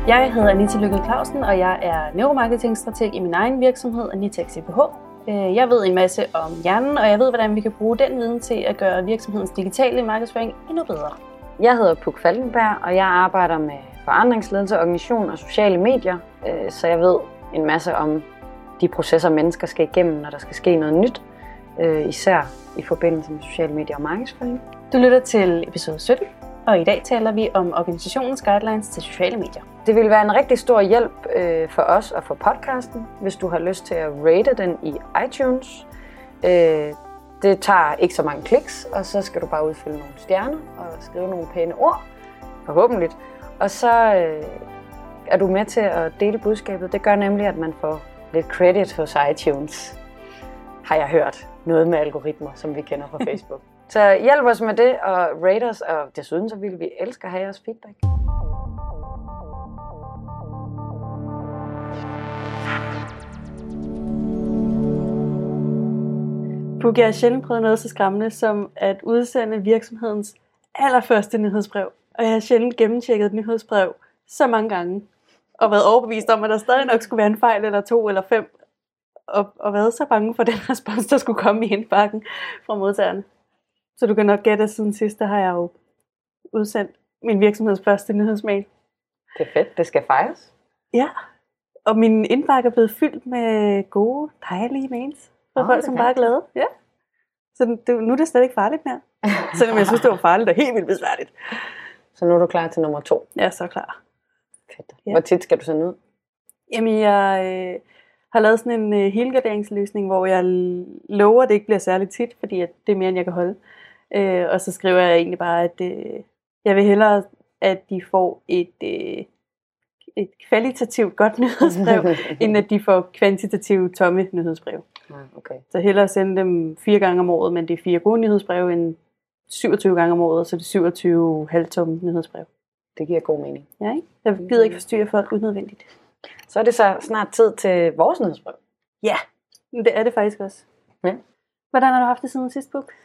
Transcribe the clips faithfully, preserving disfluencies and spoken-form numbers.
Jeg hedder Anita Lykke Clausen, og jeg er neuromarketingstrateg i min egen virksomhed, Anitex C P H. Jeg ved en masse om hjernen, og jeg ved, hvordan vi kan bruge den viden til at gøre virksomhedens digitale markedsføring endnu bedre. Jeg hedder Puk Falkenberg, og jeg arbejder med forandringsledelse, organisation og sociale medier, så jeg ved en masse om de processer, mennesker skal igennem, når der skal ske noget nyt, især i forbindelse med sociale medier og markedsføring. Du lytter til episode sytten, og i dag taler vi om organisationens guidelines til sociale medier. Det vil være en rigtig stor hjælp øh, for os og for podcasten, hvis du har lyst til at rate den i iTunes. Øh, det tager ikke så mange kliks, og så skal du bare udfylde nogle stjerner og skrive nogle pæne ord, forhåbentlig. Og så øh, er du med til at dele budskabet. Det gør nemlig, at man får lidt credit hos iTunes, har jeg hørt. Noget med algoritmer, som vi kender fra Facebook. Så hjælp os med det og rate os, og desuden så vil vi elske at have jeres feedback. Puk, jeg har sjældent prøvet noget så skræmmende som at udsende virksomhedens allerførste nyhedsbrev. Og jeg har sjældent gennemtjekket et nyhedsbrev så mange gange. Og været overbevist om, at der stadig nok skulle være en fejl eller to eller fem. Og, og været så bange for den respons, der skulle komme i indbakken fra modtagerne. Så du kan nok gætte, at siden sidst, der har jeg jo udsendt min virksomheds første nyhedsmail. Det er fedt, det skal fejres. Ja, og min indbakke er blevet fyldt med gode, dejlige mails. For oh, folk, som bare er glade. Ja. Så det, nu er det slet ikke farligt mere. Selvom jeg synes, det var farligt og helt vildt besværligt. Så nu er du klar til nummer to? Ja, så klar. Fedt. Ja. Hvor tit skal du sende ud? Jamen, jeg øh, har lavet sådan en øh, helgarderingsløsning, hvor jeg lover, at det ikke bliver særligt tit, fordi at det er mere, end jeg kan holde. Øh, og så skriver jeg egentlig bare, at øh, jeg vil hellere, at de får et, øh, et kvalitativt godt nyhedsbrev, end at de får kvantitativt tomme nyhedsbrev. Okay. Så hellere sende dem fire gange om året, men det er fire gode nyhedsbrev, end syvogtyve gange om året, så det er syvogtyve halvtomme nyhedsbrev. Det giver god mening. Ja, ikke? Jeg gider ikke forstyrre folk unødvendigt. Så er det så snart tid til vores nyhedsbrev. Ja, det er det faktisk også. Ja. Hvordan har du haft det siden sidste bog?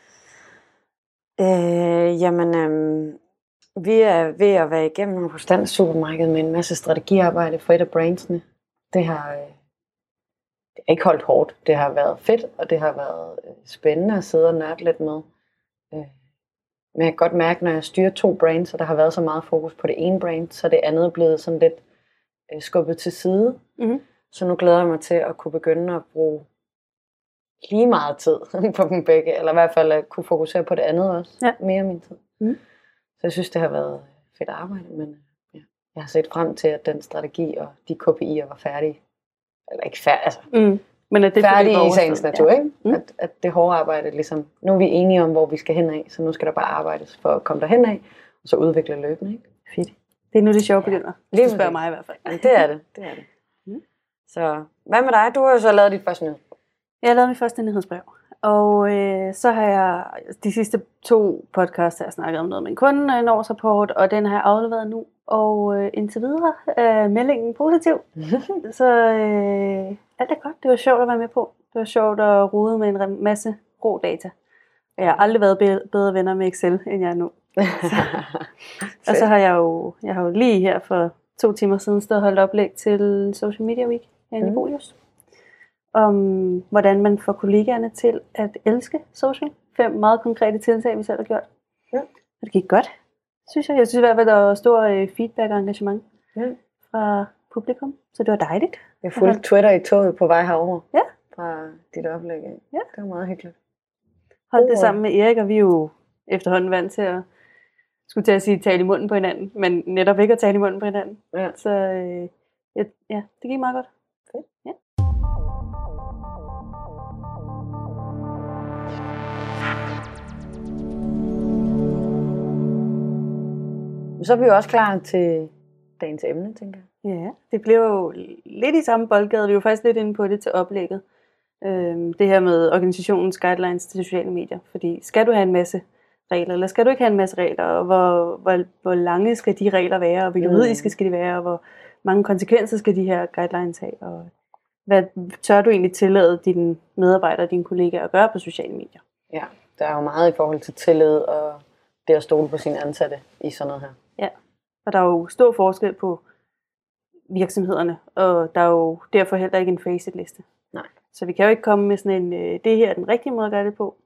Øh, jamen, øh, vi er ved at være igennem hos Dansk Supermarked med en masse strategiarbejde for et af brandsene. Det har, øh, det har ikke holdt hårdt. Det har været fedt, og det har været øh, spændende at sidde og nørde lidt med. Øh, men jeg kan godt mærke, når jeg styrer to brands, og der har været så meget fokus på det ene brand, så det andet er blevet sådan lidt øh, skubbet til side. Mm-hmm. Så nu glæder jeg mig til at kunne begynde at bruge lige meget tid på dem begge, eller i hvert fald at kunne fokusere på det andet også, ja. Mere af min tid. Mm. Så jeg synes, det har været fedt arbejde, men ja, jeg har set frem til, at den strategi og de K P I'er var færdige. Eller ikke færdige, altså mm. men at det færdige i sagens natur, ja. Ikke? Mm. At, at det hårde arbejde, ligesom, nu er vi enige om, hvor vi skal hen af, så nu skal der bare arbejdes for at komme derhen af, og så udvikle løbende. Ikke? Fedt. Det er nu det sjove begynder. Lige det spørger mig i hvert fald. Ja, det er det, det er det. Mm. Så hvad med dig? Du har jo så lavet dit første nyhed. Jeg har lavet mit første nyhedsbrev, og øh, så har jeg de sidste to podcasts, jeg snakket om noget med en kunde og en årsrapport, og den har jeg afleveret nu, og øh, indtil videre er meldingen positiv. Så øh, alt er godt. Det var sjovt at være med på. Det var sjovt at rode med en masse rå data. Jeg har aldrig været bedre venner med Excel, end jeg er nu. Så. Og så har jeg jo, jeg har jo lige her for to timer siden stået og holdt oplæg til Social Media Week her i Bolius. Om hvordan man får kollegaerne til at elske social. Fem meget konkrete tiltag, vi selv har gjort. Ja. Og det gik godt, synes jeg. Jeg synes i hvert fald, der var stor feedback og engagement ja. Fra publikum. Så det var dejligt. Jeg fulgte Twitter i toget på vej herover. Ja. Fra dit oplæg. Ja. Det var meget hyggeligt. Holdt det sammen med Erik, og vi er jo efterhånden vant til at skulle til at sige tale i munden på hinanden, men netop ikke at tale i munden på hinanden. Ja. Så øh, ja, ja, det gik meget godt. Fedt. Ja. Så er vi jo også klar til dagens emne, tænker jeg. Ja, det bliver jo lidt i samme boldgade. Vi er jo faktisk lidt inde på det til oplægget. Øhm, det her med organisationens guidelines til sociale medier. Fordi skal du have en masse regler, eller skal du ikke have en masse regler? Og hvor, hvor, hvor lange skal de regler være? Og hvor juridiske skal de være? Og hvor mange konsekvenser skal de her guidelines have? Og hvad tør du egentlig tillade dine medarbejdere og dine kollegaer at gøre på sociale medier? Ja, der er jo meget i forhold til tillid og det at stole på sine ansatte i sådan noget her. Ja, og der er jo stor forskel på virksomhederne, og der er jo derfor heller ikke en facitliste. Nej. Så vi kan jo ikke komme med sådan en, øh, det her er den rigtige måde at gøre det på.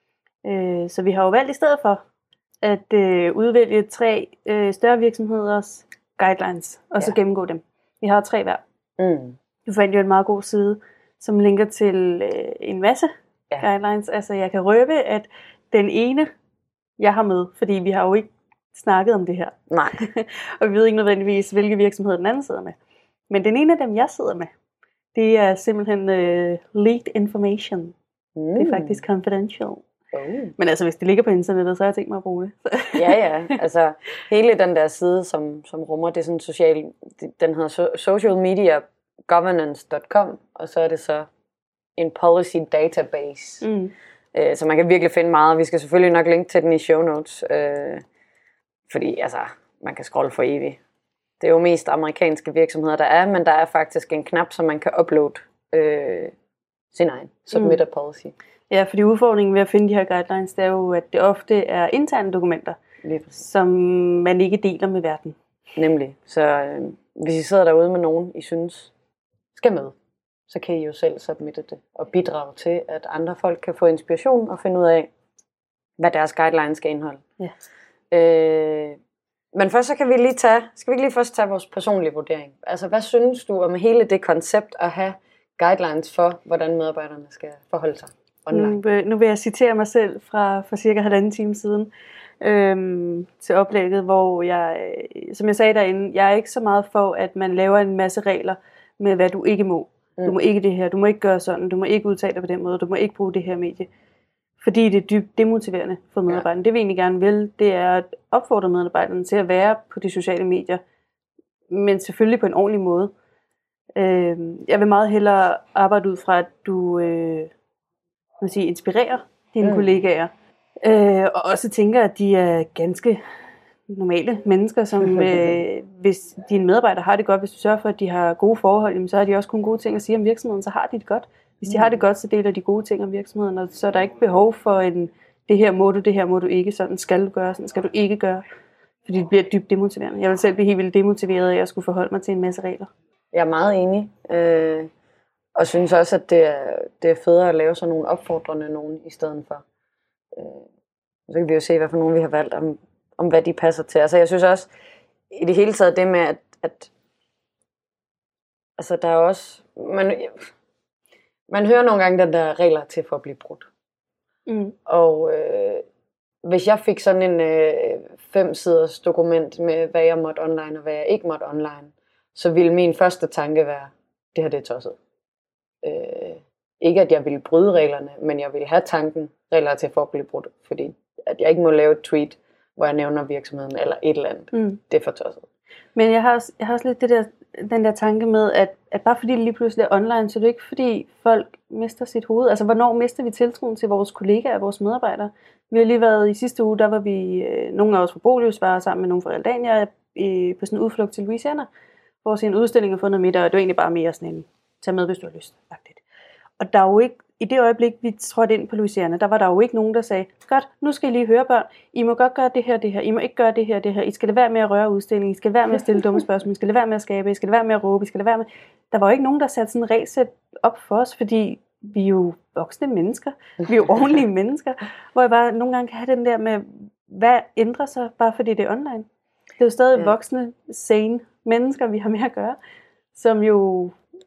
Øh, så vi har jo valgt i stedet for at øh, udvælge tre øh, større virksomheders guidelines, og så ja. gennemgå dem. Vi har tre hver. Mm. Du fandt jo en meget god side, som linker til øh, en masse ja. guidelines. Altså jeg kan røbe, at den ene, jeg har med, fordi vi har jo ikke snakket om det her. Nej. Og vi ved ikke nødvendigvis, hvilke virksomheder den anden sidder med. Men den ene af dem, jeg sidder med, det er simpelthen øh, leaked information. Mm. Det er faktisk confidential. Oh. Men altså, hvis det ligger på internettet, så har jeg tænkt mig at bruge det. ja, ja. Altså, hele den der side, som, som rummer, det er sådan social, den hedder so- social media governance punktum com, og så er det så en policy database. Mm. Øh, så man kan virkelig finde meget. Vi skal selvfølgelig nok linke til den i show notes, øh, fordi altså, man kan scrolle for evigt. Det er jo mest amerikanske virksomheder, der er, men der er faktisk en knap, så man kan uploade øh, sin egen submit a policy. Ja, fordi udfordringen ved at finde de her guidelines, det er jo, at det ofte er interne dokumenter, som man ikke deler med verden. Nemlig. Så øh, hvis I sidder derude med nogen, I synes skal med, så kan I jo selv submitte det og bidrage til, at andre folk kan få inspiration og finde ud af, hvad deres guidelines skal indeholde. Ja. Øh, men først så kan vi lige tage, skal vi ikke lige først tage vores personlige vurdering? Altså, hvad synes du om hele det koncept at have guidelines for, hvordan medarbejderne skal forholde sig online? Nu, nu vil jeg citere mig selv fra for cirka halvanden time siden øhm, til oplægget, hvor jeg, som jeg sagde derinde, jeg er ikke så meget for, at man laver en masse regler med, hvad du ikke må. Mm. Du må ikke det her, du må ikke gøre sådan, du må ikke udtale dig på den måde, du må ikke bruge det her medie. Fordi det er dybt demotiverende for medarbejderne. Ja. Det vi egentlig gerne vil, det er at opfordre medarbejderne til at være på de sociale medier, men selvfølgelig på en ordentlig måde. Øh, jeg vil meget hellere arbejde ud fra, at du øh, man siger, inspirerer dine mm. kollegaer, øh, og også tænker, at de er ganske normale mennesker, som øh, hvis dine medarbejdere har det godt, hvis du sørger for, at de har gode forhold, jamen, så har de også kun gode ting at sige om virksomheden, så har de det godt. Hvis de har det godt, så deler de gode ting om virksomheden, og så er der ikke behov for en, det her må du, det her må du ikke, sådan skal du gøre, sådan skal du ikke gøre, fordi det bliver dybt demotiverende. Jeg vil selv blive helt vildt demotiveret af, at jeg skulle forholde mig til en masse regler. Jeg er meget enig, øh, og synes også, at det er, det er federe at lave sådan nogle opfordrende nogen i stedet for. Øh, så kan vi jo se, hvad for nogen vi har valgt, om, om hvad de passer til. Altså jeg synes også, i det hele taget det med, at, at altså der er også, man, man hører nogle gange, at der er regler til for at blive brudt. Mm. Og øh, hvis jeg fik sådan en øh, fem siders dokument med, hvad jeg måtte online og hvad jeg ikke måtte online, så ville min første tanke være, det her det er tosset. Øh, ikke at jeg ville bryde reglerne, men jeg ville have tanken, regler til for at blive brudt, fordi at jeg ikke må lave et tweet, hvor jeg nævner virksomheden eller et eller andet. Mm. Det er for tosset. Men jeg har også, jeg har også lidt det der, den der tanke med, at, at bare fordi det lige pludselig er online, så er det ikke fordi folk mister sit hoved. Altså hvornår mister vi tiltroen til vores kollegaer og vores medarbejdere? Vi har lige været i sidste uge, der var vi, øh, nogle af os fra Bolius var sammen med nogle fra Realdania øh, på sådan en udflugt til Louisiana, for at se en udstilling og få noget middag, og det var egentlig bare mere sådan en, tag med hvis du har lyst. Faktisk. Og der er jo ikke, i det øjeblik, vi trådte ind på Louisiana, der var der jo ikke nogen, der sagde, godt, nu skal I lige høre børn, I må godt gøre det her, det her, I må ikke gøre det her, det her, I skal lade være med at røre udstillingen, I skal lade være med at stille dumme spørgsmål, I skal lade være med at skabe, I skal lade være med at råbe, I skal lade være med... Der var jo ikke nogen, der satte sådan en regelsæt op for os, fordi vi er jo voksne mennesker, vi er jo ordentlige mennesker, hvor jeg bare nogle gange kan have den der med, hvad ændrer sig, bare fordi det er online. Det er jo stadig ja. voksne, sane mennesker, vi har med at gøre, som jo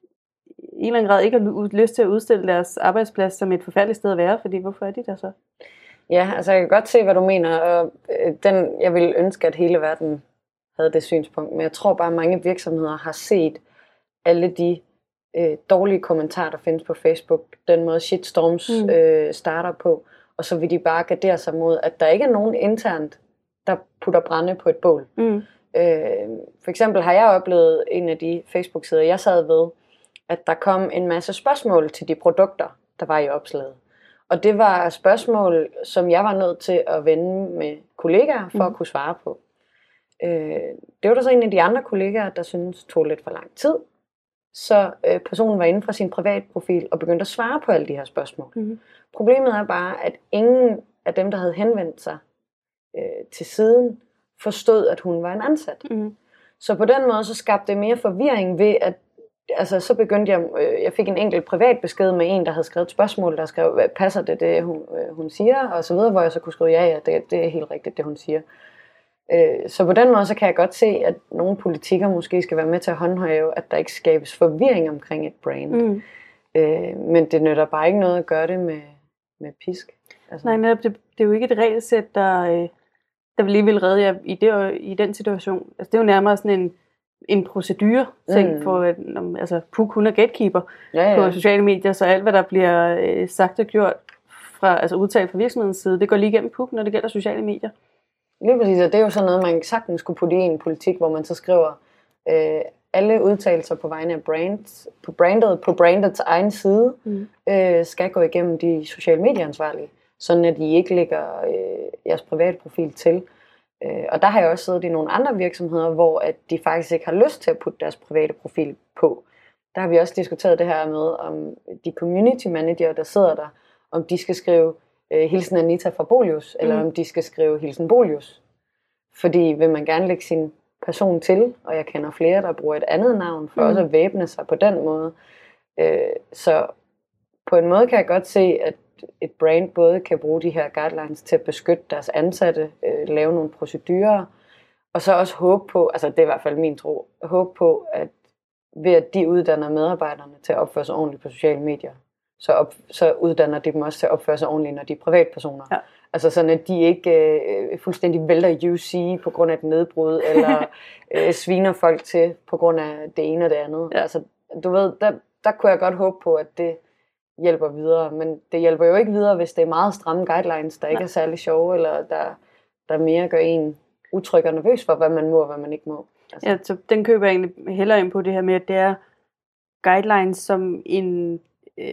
i en eller anden grad ikke har lyst til at udstille deres arbejdsplads som et forfærdeligt sted at være, fordi hvorfor er de der så? Ja, altså jeg kan godt se, hvad du mener, og den, jeg ville ønske, at hele verden havde det synspunkt, men jeg tror bare, at mange virksomheder har set alle de øh, dårlige kommentarer, der findes på Facebook, den måde shitstorms mm. øh, starter på, og så vil de bare gardere sig mod, at der ikke er nogen internt, der putter brænde på et bål. Mm. Øh, for eksempel har jeg oplevet en af de Facebook-sider, jeg sad ved, at der kom en masse spørgsmål til de produkter, der var i opslaget. Og det var spørgsmål, som jeg var nødt til at vende med kollegaer for mm. at kunne svare på. Øh, det var der så en af de andre kollegaer, der syntes tog lidt for lang tid. Så øh, personen var inde fra sin privatprofil og begyndte at svare på alle de her spørgsmål. Mm. Problemet er bare, at ingen af dem, der havde henvendt sig øh, til siden, forstod, at hun var en ansat. Mm. Så på den måde, så skabte det mere forvirring ved, at altså, så begyndte jeg, øh, jeg fik en enkelt privat besked med en, der havde skrevet et spørgsmål, der skrev, passer det, det hun, øh, hun siger, og så videre, hvor jeg så kunne skrive, ja, ja, det, det er helt rigtigt, det hun siger. Øh, så på den måde, så kan jeg godt se, at nogle politikere måske skal være med til at håndhæve, at der ikke skabes forvirring omkring et brand. Mm. Øh, men det nytter bare ikke noget at gøre det med, med pisk. Altså. Nej, netop, det, det er jo ikke et regelsæt, der, øh, der vil lige vil redde jer i, det, i den situation. Altså, det er jo nærmere sådan en en procedure ting mm. for, at altså, Puk, hun er gatekeeper ja, ja. på sociale medier, så alt, hvad der bliver øh, sagt og gjort, fra, altså udtalt fra virksomhedens side, det går lige igennem Puk, når det gælder sociale medier. Lige præcis, og det er jo sådan noget, man sagtens skulle putte i en politik, hvor man så skriver øh, alle udtalelser på vegne af brands, på brandet, på brandets egen side, mm. øh, skal gå igennem de sociale medieansvarlige, sådan at de ikke lægger øh, jeres private profil til. Og der har jeg også siddet i nogle andre virksomheder, hvor at de faktisk ikke har lyst til at putte deres private profil på. Der har vi også diskuteret det her med, om de community manager, der sidder der, om de skal skrive uh, hilsen Anita fra Bolius, eller mm. om de skal skrive hilsen Bolius. Fordi vil man gerne lægge sin person til, og jeg kender flere, der bruger et andet navn, for mm. også at væbne sig på den måde. Uh, så på en måde kan jeg godt se, at et brand både kan bruge de her guidelines til at beskytte deres ansatte, øh, lave nogle procedurer, og så også håbe på, altså det er i hvert fald min tro, håbe på, at ved at de uddanner medarbejderne til at opføre sig ordentligt på sociale medier, så, op, så uddanner de dem også til at opføre sig ordentligt, når de er privatpersoner. Ja. Altså sådan, at de ikke øh, fuldstændig vælter U C på grund af et nedbrud, eller øh, sviner folk til på grund af det ene og det andet. Ja. Altså, du ved, der, der kunne jeg godt håbe på, at det hjælper videre, men det hjælper jo ikke videre, hvis det er meget stramme guidelines, der ikke Nej. er særlig sjove, eller der, der mere gør en utryg og nervøs for, hvad man må og hvad man ikke må. Altså. Ja, så den køber jeg egentlig hellere ind på det her med, at det er guidelines som en, øh,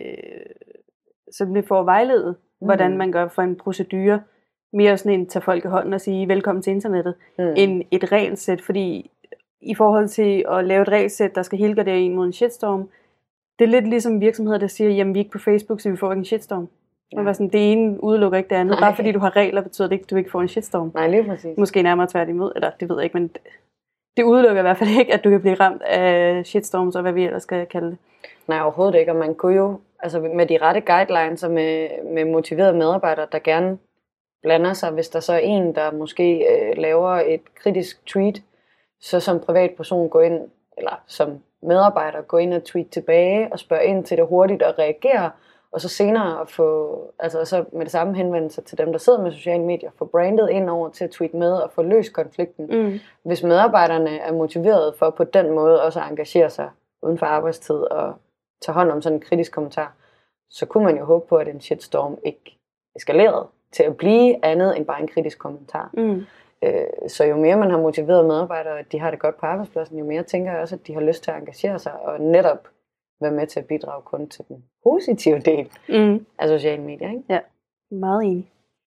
som det får at vejlede, mm. hvordan man gør for en procedure, mere sådan en tage folk i hånden og sige velkommen til internettet, mm. end et regelsæt, fordi i forhold til at lave et regelsæt, der skal helgardere en mod en shitstorm, det er lidt ligesom virksomheder, der siger, jamen vi er ikke på Facebook, så vi får ikke en shitstorm. Ja. Man sådan, det ene udelukker ikke det andet. Nej. Bare fordi du har regler, betyder det ikke, at du ikke får en shitstorm. Nej, lige præcis. Måske nærmere tværtimod, eller det ved jeg ikke, men det udelukker i hvert fald ikke, at du kan blive ramt af shitstorms, og hvad vi ellers skal kalde det. Nej, overhovedet ikke, og man kunne jo, altså med de rette guidelines, og med, med motiverede medarbejdere, der gerne blander sig, hvis der så er en, der måske øh, laver et kritisk tweet, så som privatperson går ind, eller som medarbejder gå ind og tweet tilbage og spørge ind til det hurtigt og reagere, og så senere at få, altså så med det samme henvendelse til dem, der sidder med sociale medier, få brandet ind over til at tweete med og få løst konflikten. Mm. Hvis medarbejderne er motiveret for på den måde også at engagere sig uden for arbejdstid og tage hånd om sådan en kritisk kommentar, så kunne man jo håbe på, at en shitstorm ikke eskalerede til at blive andet end bare en kritisk kommentar. Mm. Så jo mere man har motiveret medarbejdere, at de har det godt på arbejdspladsen, jo mere tænker jeg også, at de har lyst til at engagere sig og netop være med til at bidrage kun til den positive del mm. af sociale medier. Ikke? Ja, meget enig.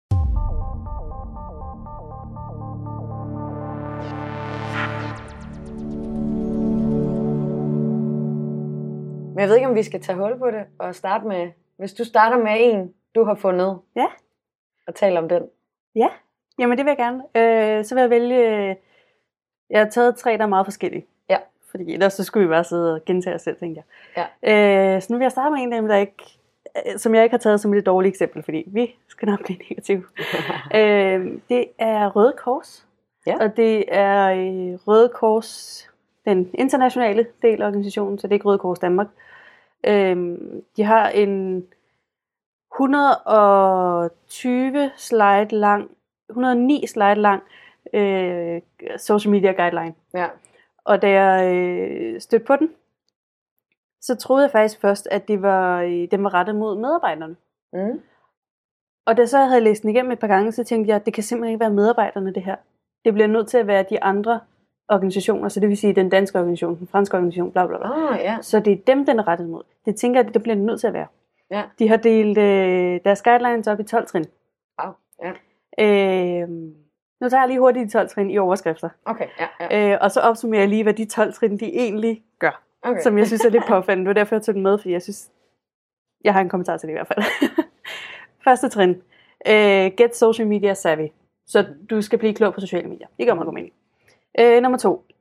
Men jeg ved ikke, om vi skal tage hul på det og starte med, hvis du starter med en, du har fundet, ja. og tale om den. Ja. Jamen det vil jeg gerne. Øh, så vil jeg vælge, jeg har taget tre, der er meget forskellige. Ja. Fordi ellers så skulle vi bare sidde og gentage os selv, tænker jeg. Ja. Øh, så nu vil jeg starte med en af dem, der ikke, som jeg ikke har taget som et dårligt eksempel, fordi vi skal nok blive negative. øh, det er Røde Kors. Ja. Og det er øh, Røde Kors, den internationale del af organisationen, så det er ikke Røde Kors Danmark. Øh, de har en et hundrede og tyve slide lang et hundrede og ni slide lang øh, social media guideline. Ja. Og da jeg øh, stødte på den, så troede jeg faktisk først, at det var, øh, den var rettet mod medarbejderne. Mm. Og da så havde jeg læst den igennem et par gange, så tænkte jeg, at det kan simpelthen ikke være medarbejderne det her. Det bliver nødt til at være de andre organisationer, så det vil sige den danske organisation, den franske organisation, bla bla bla. Oh, yeah. Så det er dem, den er rettet mod. Det tænker jeg, at det bliver nødt til at være. Yeah. De har delt øh, deres guidelines op i tolv trin. Wow, ja. Yeah. Øh, nu tager jeg lige hurtigt de tolv trin i overskrifter. Okay, ja, ja. Øh, og så opsummerer jeg lige, hvad de tolv trin, de egentlig gør. Okay. Som jeg synes er lidt påfaldende. Det var derfor, jeg tog den med, fordi jeg synes, jeg har en kommentar til det i hvert fald. Første trin. Uh, get social media savvy. Så du skal blive klog på sociale medier. Det gør mig god mening. Uh, nummer to.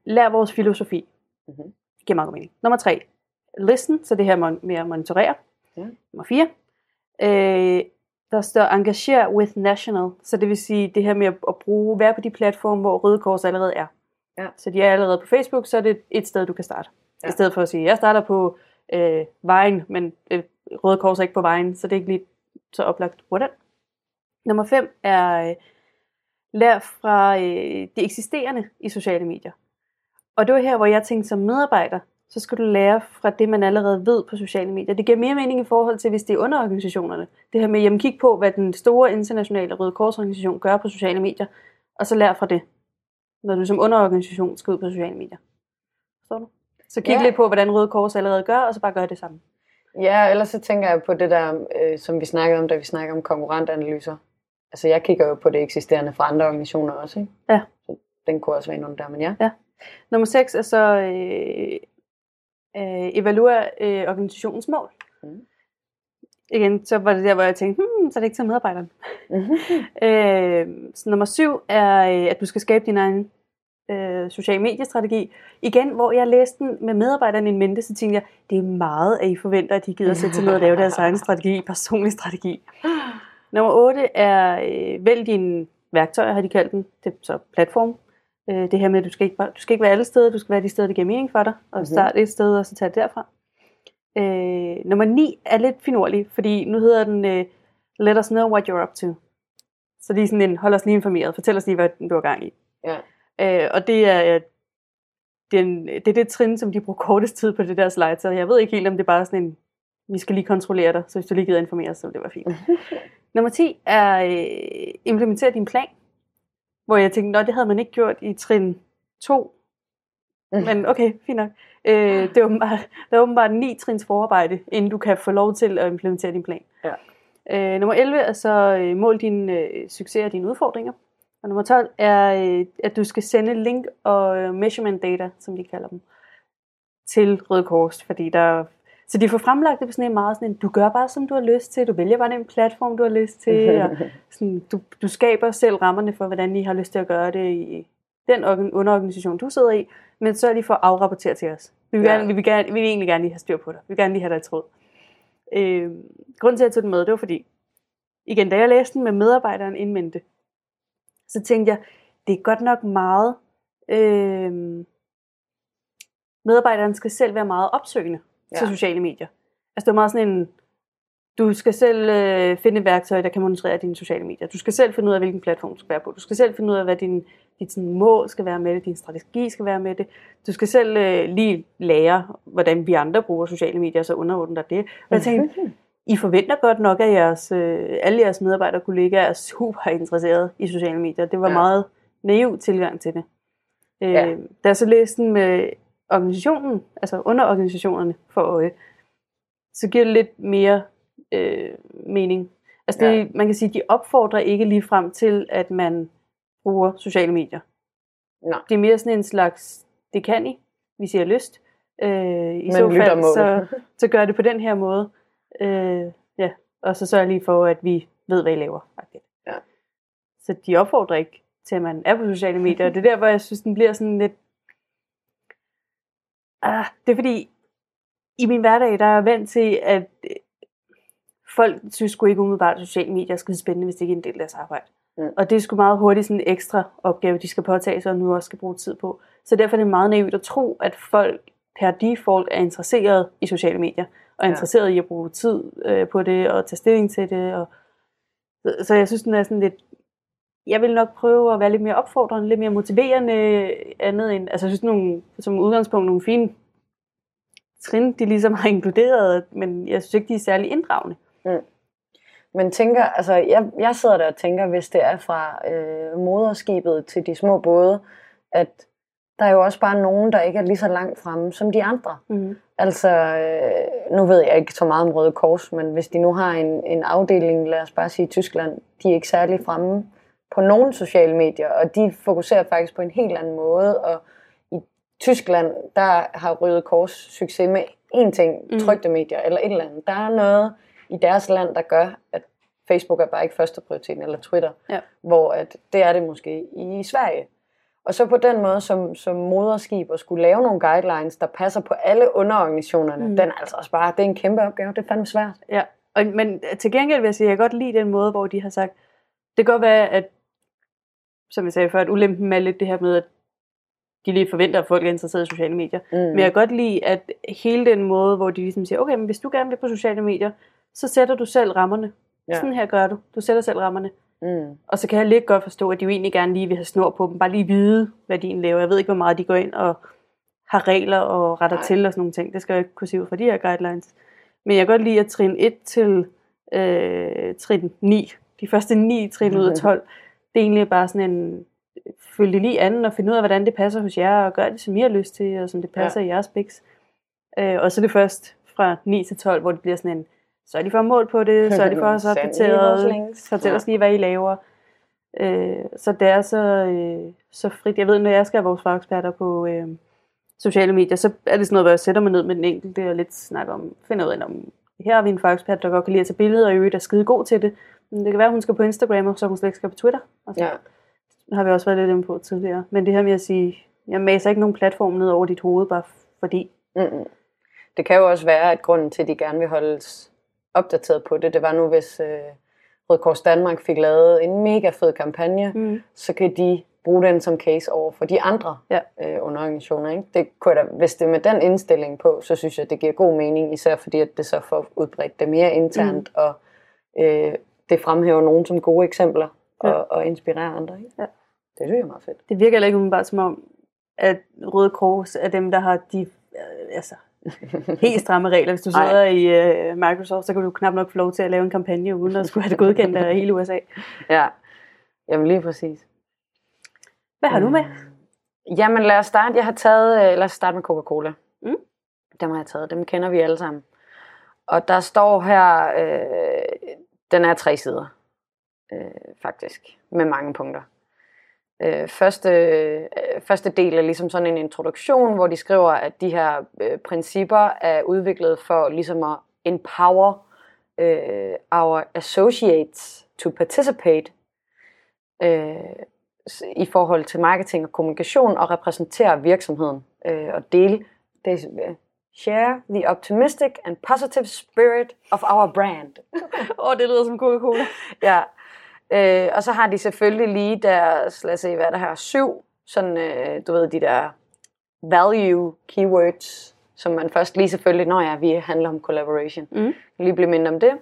lær vores filosofi. Mm-hmm. Det giver meget god mening. Nummer tre, listen, så det her med at monitorere. Ja. Nummer fire, øh, der står engagere with national, så det vil sige det her med at bruge, være på de platforme, hvor Røde Kors allerede er. Ja. Så de er allerede på Facebook, så er det et sted, du kan starte. Ja. I stedet for at sige, jeg starter på øh, vejen, men øh, Røde Kors er ikke på vejen, så det er ikke lige så oplagt. Hvordan? Nummer fem er øh, lær fra øh, det eksisterende i sociale medier. Og det var her, hvor jeg tænkte som medarbejder, så skal du lære fra det, man allerede ved på sociale medier. Det giver mere mening i forhold til, hvis det er underorganisationerne. Det her med, jamen kig på, hvad den store internationale Røde Kors-organisation gør på sociale medier, og så lær fra det, når du som underorganisation skal ud på sociale medier. Forstår du? Så kig ja. lidt på, hvordan Røde Kors allerede gør, og så bare gør det samme. Ja, ellers så tænker jeg på det der, øh, som vi snakkede om, da vi snakkede om konkurrentanalyser. Altså jeg kigger jo på det eksisterende fra andre organisationer også, ikke? Ja. Så den kunne også være en under der, men ja. ja. Nummer seks er så øh, øh, evaluere øh, organisationens mål. Mm. Igen, så var det der, hvor jeg tænkte, hmm, så er det ikke til medarbejderne. Mm-hmm. øh, så nummer syv er, øh, at du skal skabe din egen øh, social mediestrategi. Igen, hvor jeg læste den med medarbejderne i mente, så tænkte jeg, det er meget, at I forventer, at de gider sætte til noget og lave deres egen strategi, personlig strategi. Nummer otte er, øh, vælg dine værktøjer, har de kaldt den, det er så platform. Øh, det her med, at du skal, ikke bare, du skal ikke være alle steder, du skal være de steder, der giver mening for dig, og starte mm-hmm. et sted, og så tage det derfra. Øh, nummer ni er lidt finurlig, fordi nu hedder den øh, let us know what you're up to. Så det er sådan en, hold os lige informeret, fortæl os lige, hvad du har gang i. Ja. Øh, og det er, det, er en, det er det trin, som de bruger kortest tid på det der slide, så jeg ved ikke helt, om det er bare sådan en, vi skal lige kontrollere dig, så hvis du lige gider informere, så det var fint. Nummer ti er øh, implementere din plan, hvor jeg tænkte, nå, det havde man ikke gjort i trin to, men okay, fint nok. Øh, det er åbenbart, der er åbenbart ni trins forarbejde, inden du kan få lov til at implementere din plan. Ja. Øh, nummer elleve er så øh, mål dine øh, succeser og dine udfordringer. Og nummer tolv er, øh, at du skal sende link og øh, measurement data, som de kalder dem, til Røde Kors. Fordi der, så de får fremlagt det på sådan en meget sådan en, du gør bare, som du har lyst til. Du vælger bare den platform, du har lyst til. Og sådan, du, du skaber selv rammerne for, hvordan I har lyst til at gøre det i den underorganisation, du sidder i. Men så er de for at afrapportere til os. Vi vil, ja. gerne, vi, vil gerne, vi vil egentlig gerne lige have styr på dig. Vi vil gerne lige have dig i tråd. Øh, grunden til at jeg tog den med, det var fordi, igen, da jeg læste den med medarbejderen in mente, så tænkte jeg, det er godt nok meget, øh, medarbejderen skal selv være meget opsøgende ja. til sociale medier. Altså det er meget sådan en, du skal selv øh, finde et værktøj, der kan monitorere dine sociale medier. Du skal selv finde ud af, hvilken platform du skal være på. Du skal selv finde ud af, hvad din, dit sådan, mål skal være med det, din strategi skal være med det. Du skal selv øh, lige lære, hvordan vi andre bruger sociale medier, så underordne dig det. Og jeg tænkte, I forventer godt nok, at jeres, øh, alle jeres medarbejdere og kollegaer er super interesserede i sociale medier. Det var ja. meget naiv tilgang til det. Øh, ja. Da jeg så læste den med organisationen, altså underorganisationerne for øje, så giver det lidt mere øh, mening. Altså det, ja. man kan sige, at de opfordrer ikke lige frem til, at man bruger sociale medier. Nej. Det er mere sådan en slags, det kan I, hvis I har lyst. Øh, I Men så fald, så, så gør det på den her måde. Øh, ja. Og så sørger lige for, at vi ved, hvad I laver. Ja. Så de opfordrer ikke til, at man er på sociale medier. Det er der, hvor jeg synes, den bliver sådan lidt... Ah, det er fordi, i min hverdag, der er jeg vant til, at folk synes sgu ikke umiddelbart, at sociale medier er skide spændende, hvis det ikke er en del af deres arbejde. Mm. Og det er sgu meget hurtigt sådan en ekstra opgave, de skal påtage sig, og nu også skal bruge tid på. Så derfor er det meget naivt at tro, at folk per default er interesseret i sociale medier, og er ja. interesseret i at bruge tid øh, på det, og tage stilling til det. Og... Så, så jeg synes, den er sådan lidt... Jeg vil nok prøve at være lidt mere opfordrende, lidt mere motiverende, andet end... Altså jeg synes, nogle, som udgangspunkt nogle fine trin, de ligesom har inkluderet, men jeg synes ikke, de er særlig inddragende. Mm. Men tænker, altså jeg, jeg sidder der og tænker, hvis det er fra øh, moderskibet til de små både, at der er jo også bare nogen, der ikke er lige så langt fremme som de andre. Mm. Altså, øh, nu ved jeg ikke så meget om Røde Kors, men hvis de nu har en, en afdeling, lad os bare sige Tyskland, de er ikke særlig fremme på nogle sociale medier, og de fokuserer faktisk på en helt anden måde, og i Tyskland, der har Røde Kors succes med én ting, mm. trykte medier eller et eller andet. Der er noget i deres land, der gør, at Facebook er bare ikke første prioriteten, eller Twitter, ja. hvor at det er det måske i Sverige. Og så på den måde som, som moderskib at skulle lave nogle guidelines, der passer på alle underorganisationerne, mm. den er altså også bare, det er en kæmpe opgave, det er fandme svært. Ja, og, men til gengæld vil jeg sige, at jeg godt lide den måde, hvor de har sagt, det kan godt være, at, som jeg sagde før, at ulempen er lidt det her med, at de lige forventer, at folk er interesseret i sociale medier. Mm. Men jeg kan godt lide, at hele den måde, hvor de ligesom siger, okay, men hvis du gerne vil på sociale medier, så sætter du selv rammerne. Ja. Sådan her gør du. Du sætter selv rammerne. Mm. Og så kan jeg lidt godt forstå, at de jo egentlig gerne lige vil have snor på dem. Bare lige vide, hvad de egentlig laver. Jeg ved ikke, hvor meget de går ind og har regler og retter Nej. til og sådan nogle ting. Det skal jeg ikke kunne sige ud fra de her guidelines. Men jeg kan godt lide, at trin et til øh, trin ni, de første ni trin ud af tolv, det er egentlig bare sådan en, følg det lige an og finde ud af, hvordan det passer hos jer, og gør det, som I har lyst til, og som det passer ja. i jeres biks. Øh, og så er det først fra ni til tolv, hvor det bliver sådan en, så er de for mål på det, så er de for os opdateret, fortæl os lige, hvad I laver. Øh, så det er så, øh, så frit. Jeg ved, når jeg skal have vores fageksperter på øh, sociale medier, så er det sådan noget, hvor jeg sætter mig ned med den enkelte og lidt snakker om, finder ud af, om her har vi en fagekspert, der godt kan lide at tage billeder, og i øvrigt er skide god til det. Men det kan være, at hun skal på Instagram, og så hun slet ikke skal på Twitter. Og så ja. har vi også været lidt inde på tidligere. Men det her med at sige, jeg maser ikke nogen platform ned over dit hoved, bare fordi. Mm-mm. Det kan jo også være, at grunden til, at de gerne vil holdes opdateret på det, det var nu, hvis øh, Røde Kors Danmark fik lavet en mega fed kampagne, mm. så kan de bruge den som case over for de andre ja. øh, underorganisationer. Ikke? Det kunne da, hvis det er med den indstilling på, så synes jeg, det giver god mening, især fordi at det så får udbredt det mere internt, mm. og øh, det fremhæver nogen som gode eksempler, og, ja. og inspirerer andre. Ikke? Ja. Det synes jeg er meget fedt. Det virker ikke umiddelbart som om, at Røde Kors er dem, der har de øh, altså, helt stramme regler. Hvis du sidder i øh, Microsoft, så kan du knap nok få lov til at lave en kampagne, uden at skulle have det godkendt af hele U S A. Ja, jamen lige præcis. Hvad har du med? Mm. Jamen lad os starte. Jeg har taget, øh, lad os starte med Coca-Cola. Mm. Dem har jeg taget. Dem kender vi alle sammen. Og der står her, øh, den er tre sider, øh, faktisk, med mange punkter. Øh, første, øh, første del er ligesom sådan en introduktion, hvor de skriver, at de her øh, principper er udviklet for ligesom at empower øh, our associates to participate øh, i forhold til marketing og kommunikation og repræsentere virksomheden øh, og dele det, share the optimistic and positive spirit of our brand. Åh, oh, det lyder som Coca-Cola. Ja. Øh, og så har de selvfølgelig lige deres, lad os se, hvad er der her, syv, sådan, øh, du ved, de der value keywords, som man først lige selvfølgelig, når ja, vi handler om collaboration, mm. lige blive mindre om det.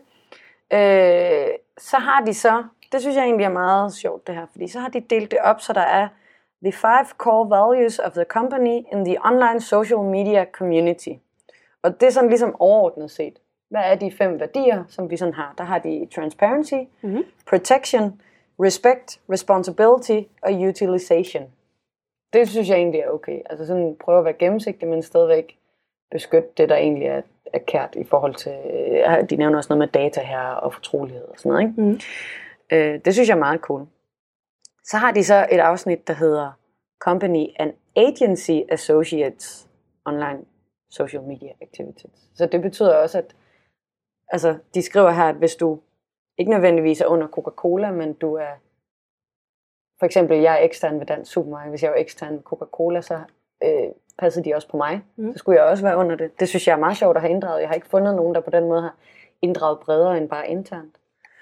Øh, så har de så, det synes jeg egentlig er meget sjovt det her, fordi så har de delt det op, så der er the five core values of the company in the online social media community. Og det er sådan ligesom overordnet set. Hvad er de fem værdier, som vi sådan har? Der har de transparency, mm-hmm. protection, respect, responsibility og utilization. Det synes jeg egentlig er okay. Altså sådan prøve at være gennemsigtig, men stadigvæk beskytte det, der egentlig er, er kært i forhold til, de nævner også noget med data her og fortrolighed og sådan noget. Ikke? Mm. Øh, det synes jeg er meget cool. Så har de så et afsnit, der hedder Company and Agency Associates Online Social Media Activities. Så det betyder også, at altså, de skriver her, at hvis du ikke nødvendigvis er under Coca-Cola, men du er, for eksempel, jeg er ekstern ved Dansk Supermarked. Hvis jeg var ekstern ved Coca-Cola, så øh, passede de også på mig. Mm. Så skulle jeg også være under det. Det synes jeg er meget sjovt at have inddraget. Jeg har ikke fundet nogen, der på den måde har inddraget bredere end bare internt.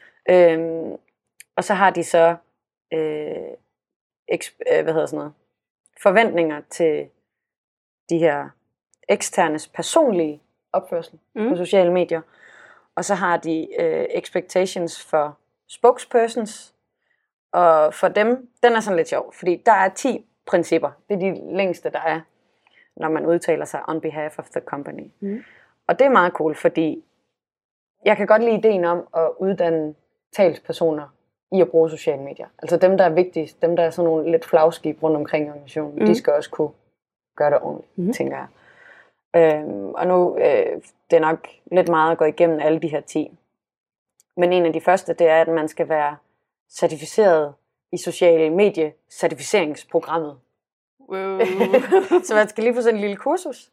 Øhm, og så har de så øh, eksp- øh, hvad hedder sådan noget, forventninger til de her eksternes personlige opførsel mm. på sociale medier. Og så har de øh, expectations for spokespersons. Og for dem, den er sådan lidt sjov, fordi der er ti principper. Det er de længste, der er, når man udtaler sig on behalf of the company. Mm. Og det er meget cool, fordi jeg kan godt lide ideen om at uddanne talspersoner i at bruge sociale medier. Altså dem, der er vigtigst, dem, der er sådan nogle lidt flagskib rundt omkring i organisationen, mm. de skal også kunne gøre det ordentligt, mm. tænker jeg. Øhm, og nu, øh, det er nok lidt meget at gå igennem alle de her ti. Men en af de første, det er, at man skal være certificeret i sociale medie-certificeringsprogrammet. Wow. Så man skal lige få sådan en lille kursus.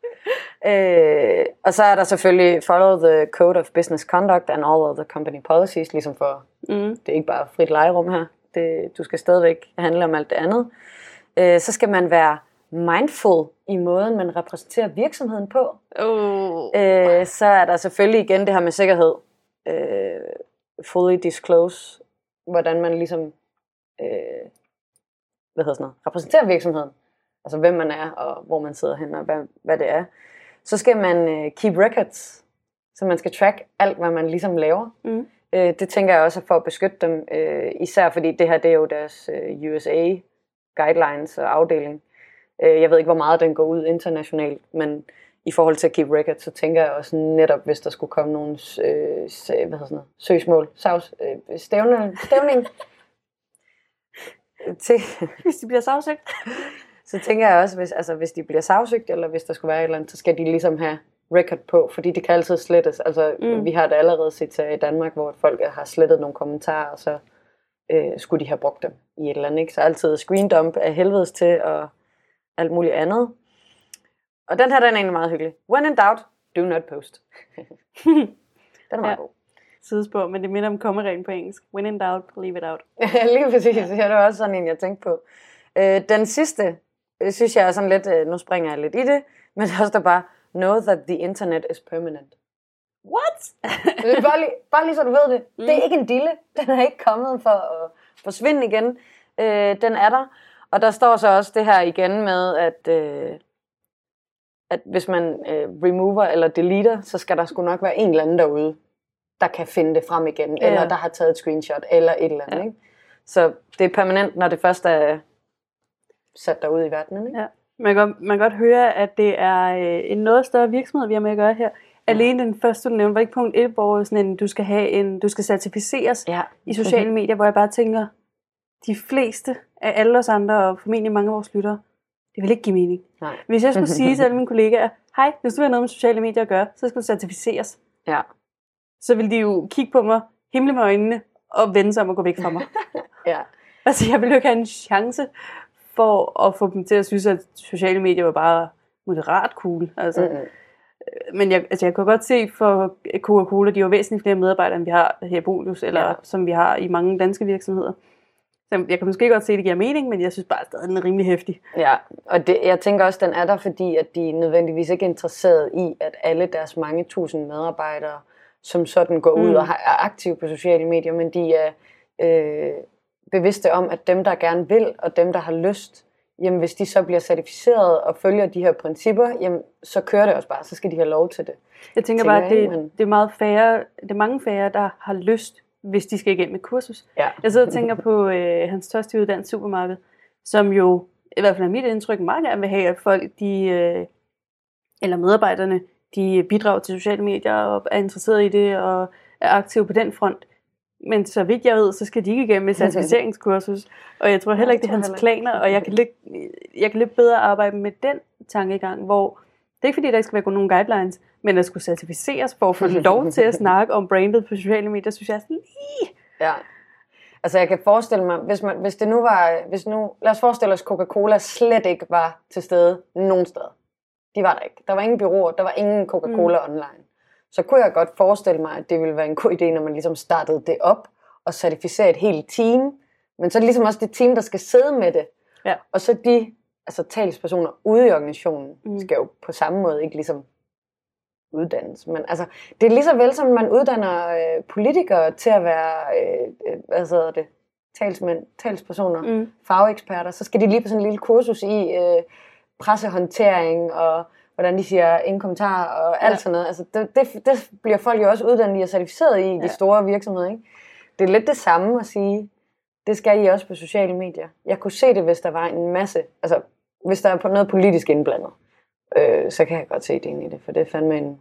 øh, og så er der selvfølgelig follow the code of business conduct and all of the company policies, ligesom for, mm. det er ikke bare frit legerum her. Det, du skal stadigvæk handle om alt det andet. Øh, så skal man være mindful i måden, man repræsenterer virksomheden på. Oh. Øh, så er der selvfølgelig igen det her med sikkerhed. Øh, fully disclose, hvordan man ligesom øh, hvad hedder sådan noget, repræsenterer virksomheden. Altså hvem man er, og hvor man sidder hen, og hvad, hvad det er. Så skal man øh, keep records, så man skal track alt, hvad man ligesom laver. Mm. Øh, det tænker jeg også for at beskytte dem, øh, især fordi det her, det er jo deres øh, U S A guidelines og afdeling. Øh, jeg ved ikke, hvor meget den går ud internationalt, men i forhold til at keep records, så tænker jeg også netop, hvis der skulle komme nogle øh, hvad hedder sådan noget, søgsmål, savs, øh, stævning, stævning til, hvis de bliver sagsøgt. Så tænker jeg også, hvis, altså, hvis de bliver sagsøgt, eller hvis der skulle være et eller andet, så skal de ligesom have record på, fordi det kan altid slettes. Altså, mm. vi har det allerede set i Danmark, hvor folk har slettet nogle kommentarer, og så øh, skulle de have brugt dem i et eller andet. Ikke? Så altid screendump af helvedes til, og alt muligt andet. Og den her, den er egentlig meget hyggelig. When in doubt, do not post. Den er meget ja. god. Sidespor, men det minder om kommereglen på engelsk. When in doubt, leave it out. Lige præcis. Ja, det var også sådan en, jeg tænkte på. Øh, den sidste, synes jeg er sådan lidt, øh, nu springer jeg lidt i det, men der står bare, know that the internet is permanent. What? bare, lige, bare lige så du ved det. Mm. Det er ikke en dille. Den er ikke kommet for at forsvinde igen. Øh, den er der. Og der står så også det her igen med, at, øh, at hvis man øh, remover eller deleter, så skal der sgu nok være en eller anden derude, der kan finde det frem igen, ja. Eller der har taget et screenshot, eller et eller andet. Ja. Ikke? Så det er permanent, når det først er sat derude i verden. Ikke? Ja. Man, kan, man kan godt høre, at det er øh, en noget større virksomhed, vi har med at gøre her. Alene ja. Den første, du nævnte, var ikke punkt et, hvor sådan en, du skal have en, du skal certificeres ja. I sociale mm-hmm. medier, hvor jeg bare tænker, de fleste af alle os andre, og formentlig mange af vores lyttere, det vil ikke give mening. Nej. Hvis jeg skulle sige til alle mine kollegaer, hej, hvis du vil have noget med sociale medier at gøre, så skal du certificeres. Ja. Så vil de jo kigge på mig, himle med øjnene, og vende sig om og gå væk fra mig. Ja. Altså, jeg ville jo ikke have en chance for at få dem til at synes, at sociale medier var bare moderat cool. Altså. Mm-hmm. Men jeg, altså, jeg kunne godt se for Coca-Cola, de har væsentligt flere medarbejdere, end vi har her i Bolius, eller ja. Som vi har i mange danske virksomheder. Så jeg kan måske godt se, at det giver mening, men jeg synes bare, at den er rimelig heftig. Ja, og det, jeg tænker også, at den er der, fordi at de nødvendigvis ikke er interesseret i, at alle deres mange tusind medarbejdere, som sådan går ud mm. og er aktive på sociale medier, men de er øh, bevidste om, at dem, der gerne vil, og dem, der har lyst, jamen hvis de så bliver certificeret og følger de her principper, jamen så kører det også bare, så skal de have lov til det. Jeg tænker, tænker bare, at det, men... det er meget færre, det er mange færre, der har lyst, hvis de skal igennem et kursus. Ja. Jeg sidder og tænker på øh, hans tørste uddannelse supermarked, som jo, i hvert fald er mit indtryk, meget gerne vil have, at folk, de, øh, eller medarbejderne, de bidrager til sociale medier og er interesseret i det og er aktive på den front. Men så vidt jeg ved, så skal de ikke igennem et certificeringskursus. Og jeg tror heller ikke, det er hans planer, og jeg kan, lidt, jeg kan lidt bedre arbejde med den tankegang, hvor det er ikke fordi, der ikke skal være nogen guidelines, men at skulle certificeres for at få lov til at snakke om brandet på sociale medier, synes jeg er sådan lige. Ja. Altså jeg kan forestille mig, hvis, man, hvis det nu var, hvis nu, lad os forestille os, Coca-Cola slet ikke var til stede nogen steder. De var der ikke. Der var ingen bureauer, der var ingen Coca-Cola mm. online. Så kunne jeg godt forestille mig, at det ville være en god idé, når man ligesom startede det op og certificerede et helt team. Men så er det ligesom også det team, der skal sidde med det. Ja. Og så de altså talspersoner ude i organisationen mm. skal jo på samme måde ikke ligesom uddannes. Men altså, det er lige så vel som man uddanner øh, politikere til at være øh, hvad hedder det, talsmænd, talspersoner, mm. fageksperter. Så skal de lige på sådan en lille kursus i øh, pressehåndtering og hvordan de siger ingen kommentarer og alt ja. Sådan noget. Altså, det, det, det bliver folk jo også uddannet i og certificeret i, ja. De store virksomheder. Ikke? Det er lidt det samme at sige, det skal I også på sociale medier. Jeg kunne se det, hvis der var en masse, altså hvis der er noget politisk indblandet, øh, så kan jeg godt se det ind i det, for det er fandme en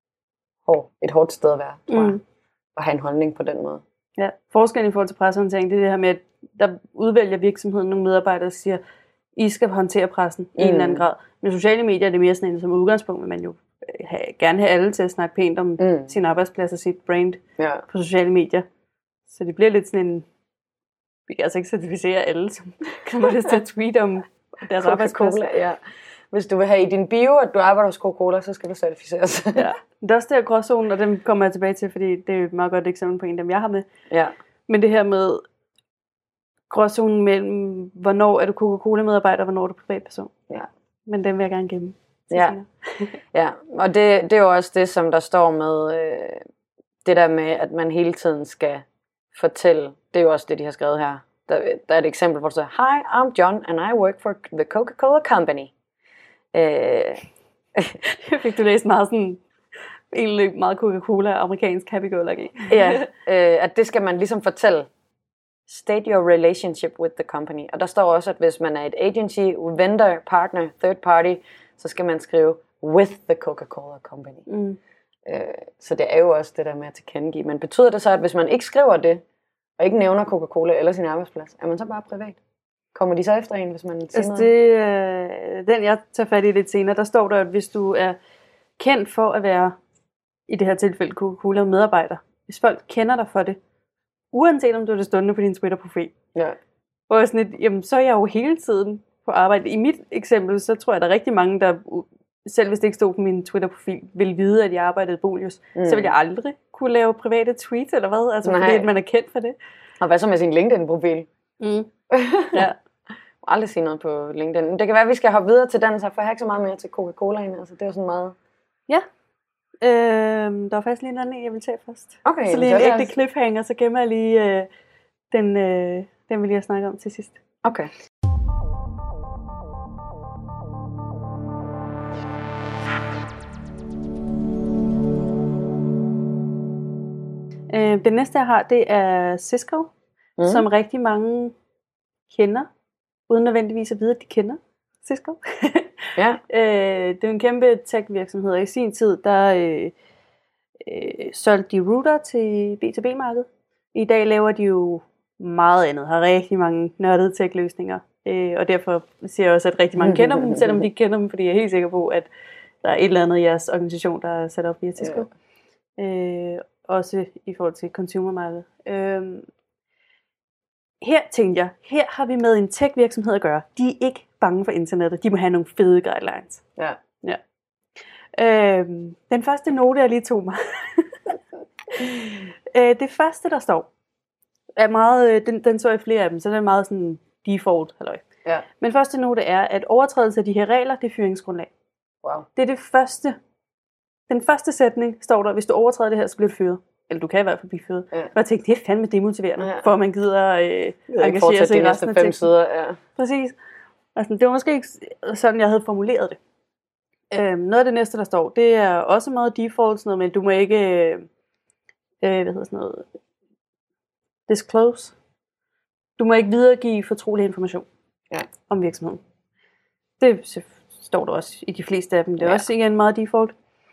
hård, et hårdt sted at være, tror mm. jeg, at have en holdning på den måde. Ja, forskellen i forhold til pressehåndtering, det er det her med, at der udvælger virksomheden nogle medarbejdere, der siger, I skal håndtere pressen mm. i en eller anden grad. Men sociale medier er det mere sådan en, som udgangspunkt, vil man jo have, gerne have alle til at snakke pænt om mm. sin arbejdsplads og sit brand ja. På sociale medier. Så det bliver lidt sådan en, vi kan altså ikke certificere alle, som kommer til at tweete om deres arbejdsplads. Ja. Hvis du vil have i din bio, at du arbejder hos Coca-Cola, så skal du certificeres. Ja. Det er også der gråzonen, og dem kommer jeg tilbage til, fordi det er et meget godt eksempel på en af dem, jeg har med. Ja. Men det her med, gråzonen mellem, hvornår er du Coca-Cola-medarbejder, og hvornår er du privatperson. Ja. Men den vil jeg gerne gemme. Ja. Ja, og det, det er jo også det, som der står med øh, det der med, at man hele tiden skal fortælle. Det er jo også det, de har skrevet her. Der, der er et eksempel, hvor du siger, Hi, I'm John, and I work for the Coca-Cola Company. Øh. Fik du læst meget sådan, egentlig meget Coca-Cola, amerikansk happy-go-lucky. Ja, øh, at det skal man ligesom fortælle. State your relationship with the company. Og der står også, at hvis man er et agency, vendor, partner, third party, så skal man skrive with the Coca-Cola Company. Mm. Øh, så det er jo også det der med at tilkendegive. Men betyder det så, at hvis man ikke skriver det, og ikke nævner Coca-Cola eller sin arbejdsplads, er man så bare privat? Kommer de så efter en, hvis man siger altså det, øh, den jeg tager fat i lidt senere, der står der, at hvis du er kendt for at være, i det her tilfælde Coca-Cola medarbejder, hvis folk kender dig for det, uanset om du er det stående på din Twitter-profil, ja. og sådan et, jamen, så er jeg jo hele tiden på arbejde. I mit eksempel, så tror jeg, der er rigtig mange, der, selv hvis det ikke stod på min Twitter-profil, vil vide, at jeg arbejdede i Bolius. Mm. Så vil jeg aldrig kunne lave private tweets, eller hvad? Altså, Nej. fordi at man er kendt for det. Og hvad så med sin LinkedIn-profil? Mm. Ja. Aldrig sige noget på LinkedIn. Det kan være, at vi skal hoppe videre til den, så for jeg har ikke så meget mere til Coca-Colaen. Altså, det er sådan meget... Ja. Øhm, der var faktisk lige en anden, jeg vil tage først. Okay, så lige en ægte cliffhanger, så gemmer jeg lige øh, den, øh, den, vi lige har snakket om til sidst. Okay. Øh, den næste, jeg har, det er Cisco, mm. som rigtig mange kender, uden nødvendigvis at vide, at de kender Cisco. Ja. øh, det er en kæmpe tech-virksomhed, og i sin tid, der øh, øh, solgte de router til B to B-markedet. I dag laver de jo meget andet, har rigtig mange nørdede tech-løsninger, øh, og derfor siger jeg også, at rigtig mange kender dem, selvom de ikke kender dem, fordi jeg er helt sikker på, at der er et eller andet i jeres organisation, der er sat op via Cisco. Ja. Øh, også i forhold til consumermarkedet. Øh, her tænkte jeg, her har vi med en tech-virksomhed at gøre. De er ikke bange for internettet. De må have nogle fede guidelines. Ja. Ja. Øhm, den første note, jeg lige tog mig. øh, det første, der står, er meget, øh, den, den så i flere af dem, så den er meget sådan default. Halløj. Ja. Men første note er, at overtrædelse af de her regler, det er fyringsgrundlag. Wow. Det er det første. Den første sætning står der, hvis du overtræder det her, så bliver du fyret. Eller du kan i hvert fald blive fyret. Ja. Og jeg tænkte, det er fandme demotiverende, ja. For at man gider øh, engagere sig i resten af fem sider, ja. Præcis. Altså, det var måske ikke sådan, jeg havde formuleret det. Øhm, noget af det næste, der står, det er også meget default, sådan noget, men du må ikke, øh, hvad hedder sådan noget, disclose. Du må ikke videregive fortrolig information ja. Om virksomheden. Det står der også i de fleste af dem. Det er ja. Også igen meget default.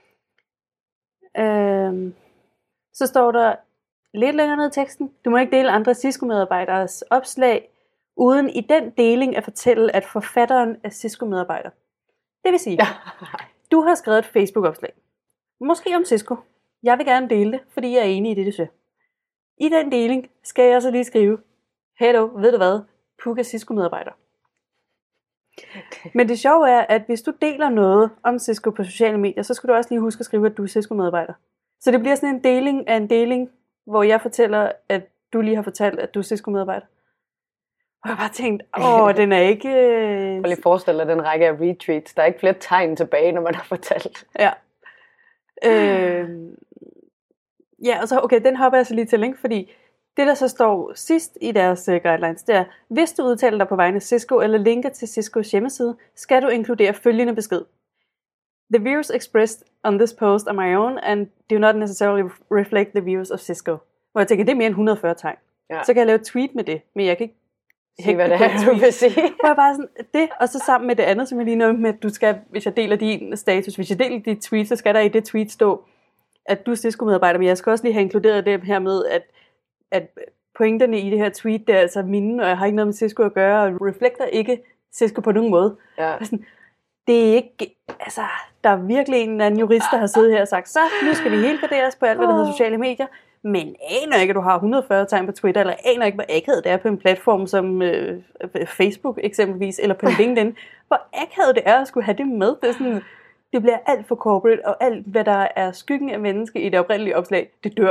Øhm, så står der lidt længere ned i teksten, du må ikke dele andre Cisco-medarbejderes opslag, uden i den deling at fortælle, at forfatteren er Cisco-medarbejder. Det vil sige, ja. Du har skrevet et Facebook-opslag. Måske om Cisco. Jeg vil gerne dele det, fordi jeg er enig i det, du siger. I den deling skal jeg så lige skrive, hello, ved du hvad, Puk er Cisco-medarbejder. Okay. Men det sjove er, at hvis du deler noget om Cisco på sociale medier, så skal du også lige huske at skrive, at du er Cisco-medarbejder. Så det bliver sådan en deling af en deling, hvor jeg fortæller, at du lige har fortalt, at du er Cisco-medarbejder. Og jeg bare tænkt, åh, den er ikke... Prøv lige forestille dig den række af retweets. Der er ikke flere tegn tilbage, når man har fortalt. Ja. Øh... Ja, og så, okay, den hopper jeg så lige til, ikke? Fordi det, der så står sidst i deres uh, guidelines, det er, hvis du udtaler dig på vegne af Cisco eller linker til Ciscos hjemmeside, skal du inkludere følgende besked. The views expressed on this post are my own and do not necessarily reflect the views of Cisco. Hvor jeg tænker, det er mere end et hundrede og fyrre tegn. Ja. Så kan jeg lave et tweet med det, men jeg kan ikke sige, hvad det er, du vil sige. Hvor jeg bare sådan, det, og så sammen med det andet, som jeg lige nævnte med, at du skal, hvis jeg deler din status, hvis jeg deler dit tweet, så skal der i det tweet stå, at du er Cisco-medarbejder, men jeg skal også lige have inkluderet det her med, at, at pointerne i det her tweet, det er altså mine, og jeg har ikke noget med Cisco at gøre, og reflekter ikke Cisco på nogen måde. Ja. Sådan, det er ikke, altså, der er virkelig en anden jurist, der har siddet her og sagt, så nu skal vi helt graderes på alt, hvad der hedder sociale medier, men aner ikke, at du har et hundrede og fyrre tegn på Twitter, eller aner ikke, hvor akavet det er på en platform som øh, Facebook eksempelvis, eller på LinkedIn. Hvor akavet det er at skulle have det med. Det, er sådan, det bliver alt for corporate, og alt, hvad der er skyggen af menneske i det oprindelige opslag, det dør jo.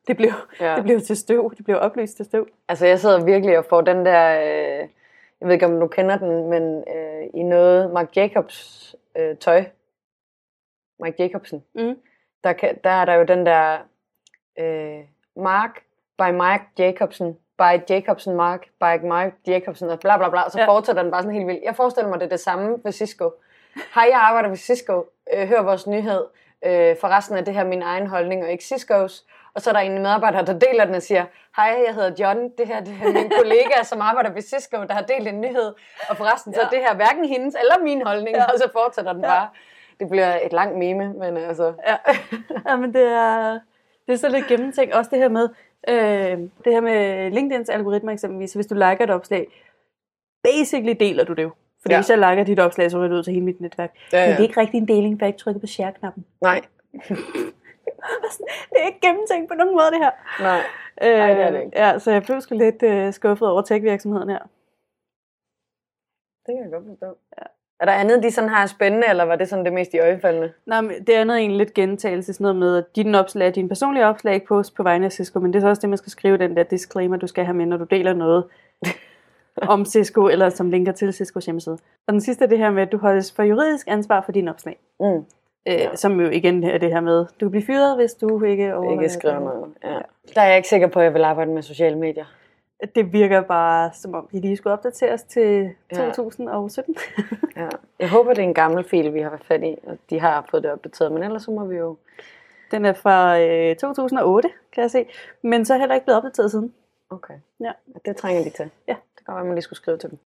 Det blev, Ja. det blev til støv. Det blev opløst til støv. Altså jeg sidder virkelig og får den der, øh, jeg ved ikke om du kender den, men øh, i noget Marc Jacobs øh, tøj, Marc Jacobsen, Mm. der, kan, der er der jo den der, øh, Marc by Marc Jacobsen, by Jacobsen Marc, by Marc Jacobsen, og bla bla bla, og så Ja. fortsætter den bare sådan helt vildt. Jeg forestiller mig, det er det samme ved Cisco. Hej, jeg arbejder ved Cisco, øh, hør vores nyhed, øh, forresten er det her min egen holdning, og ikke Ciscos. Og så er der en medarbejder, der deler den og siger, hej, jeg hedder John, det her det er min kollega, som arbejder ved Cisco, der har delt en nyhed, og forresten ja. så er det her hverken hendes eller min holdning, ja. og så fortsætter den ja. bare. Det bliver et langt meme, men altså... Ja, ja men det er, det er så lidt gennemtænkt. Også det her med, øh, det her med LinkedIns algoritmer eksempelvis. Hvis du liker et opslag, basically deler du det jo. Fordi ja. hvis jeg liker dit opslag, så ryger det ud til hele mit netværk. Ja, ja. Men det er ikke rigtig en deling, for jeg ikke trykker på share-knappen. Nej. Det er ikke gennemtænkt på nogen måde, det her. Nej, øh, Nej det er det ikke. Ja, så jeg blev sgu lidt øh, skuffet over tech-virksomheden her. Det kan jeg godt forstå. Ja. Er der andet, de sådan har spændende, eller var det sådan det mest i øjefaldende? Nej, men det andet er egentlig lidt gentagelse. Sådan noget med, at din opslag er din personlige opslag, ikke post på vegne af Cisco, men det er så også det, man skal skrive, den der disclaimer, du skal have med, når du deler noget om Cisco, eller som linker til Ciscos hjemmeside. Og den sidste er det her med, at du holdes for juridisk ansvar for din opslag. Mm. Øh, ja. Som jo igen er det her med, du kan blive fyret, hvis du ikke overholder ikke skriver noget. Ja. Der er jeg ikke sikker på, at jeg vil arbejde med sociale medier. Det virker bare, som om vi lige skulle opdateres til to tusind og sytten. Ja. Jeg håber, det er en gammel fil, vi har været fat i, og de har fået det opdateret, men ellers så må vi jo... Den er fra øh, to tusind og otte, kan jeg se, men så er heller ikke blevet opdateret siden. Okay, ja. Det trænger de til. Ja. Det kan være, man lige skulle skrive til dem.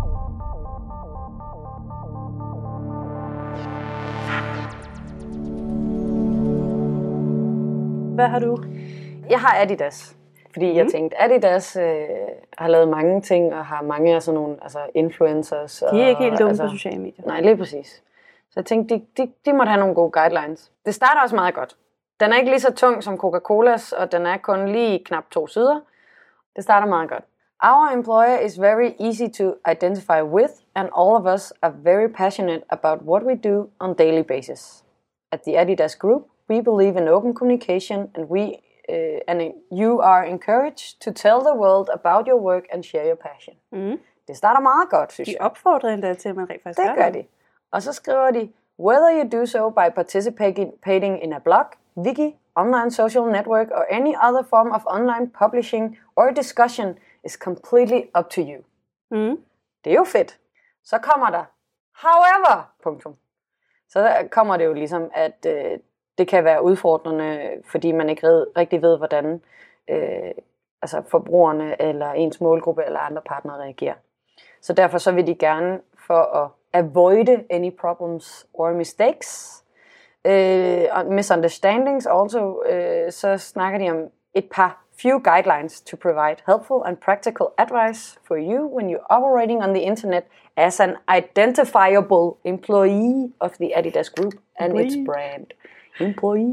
Hvad har du? Jeg har Adidas. Fordi mm. jeg tænkte, Adidas øh, har lavet mange ting, og har mange af sådan nogle altså influencers. De er og, ikke helt dumme altså, på sociale medier. Nej, lige præcis. Så jeg tænkte, de, de, de måtte have nogle gode guidelines. Det starter også meget godt. Den er ikke lige så tung som Coca-Colas, og den er kun lige knap to sider. Det starter meget godt. Our employer is very easy to identify with, and all of us are very passionate about what we do on daily basis. At the Adidas Group, we believe in open communication, and we uh, and you are encouraged to tell the world about your work and share your passion. Mm. Det starter meget godt, synes de jeg. De opfordrer endda til, at man rent faktisk det gør de. Og så skriver de, whether you do so by participating in a blog, wiki, online social network, or any other form of online publishing or discussion, is completely up to you. Mm. Det er jo fedt. Så kommer der, however, punktum. Så kommer det jo ligesom, at øh, det kan være udfordrende, fordi man ikke red, rigtig ved, hvordan øh, altså forbrugerne eller ens målgruppe eller andre partnere reagerer. Så derfor så vil de gerne, for at avoid any problems or mistakes, uh, misunderstandings also, uh, så snakker de om et par few guidelines to provide helpful and practical advice for you when you're operating on the internet as an identifiable employee of the Adidas Group and employee. its brand. Employee.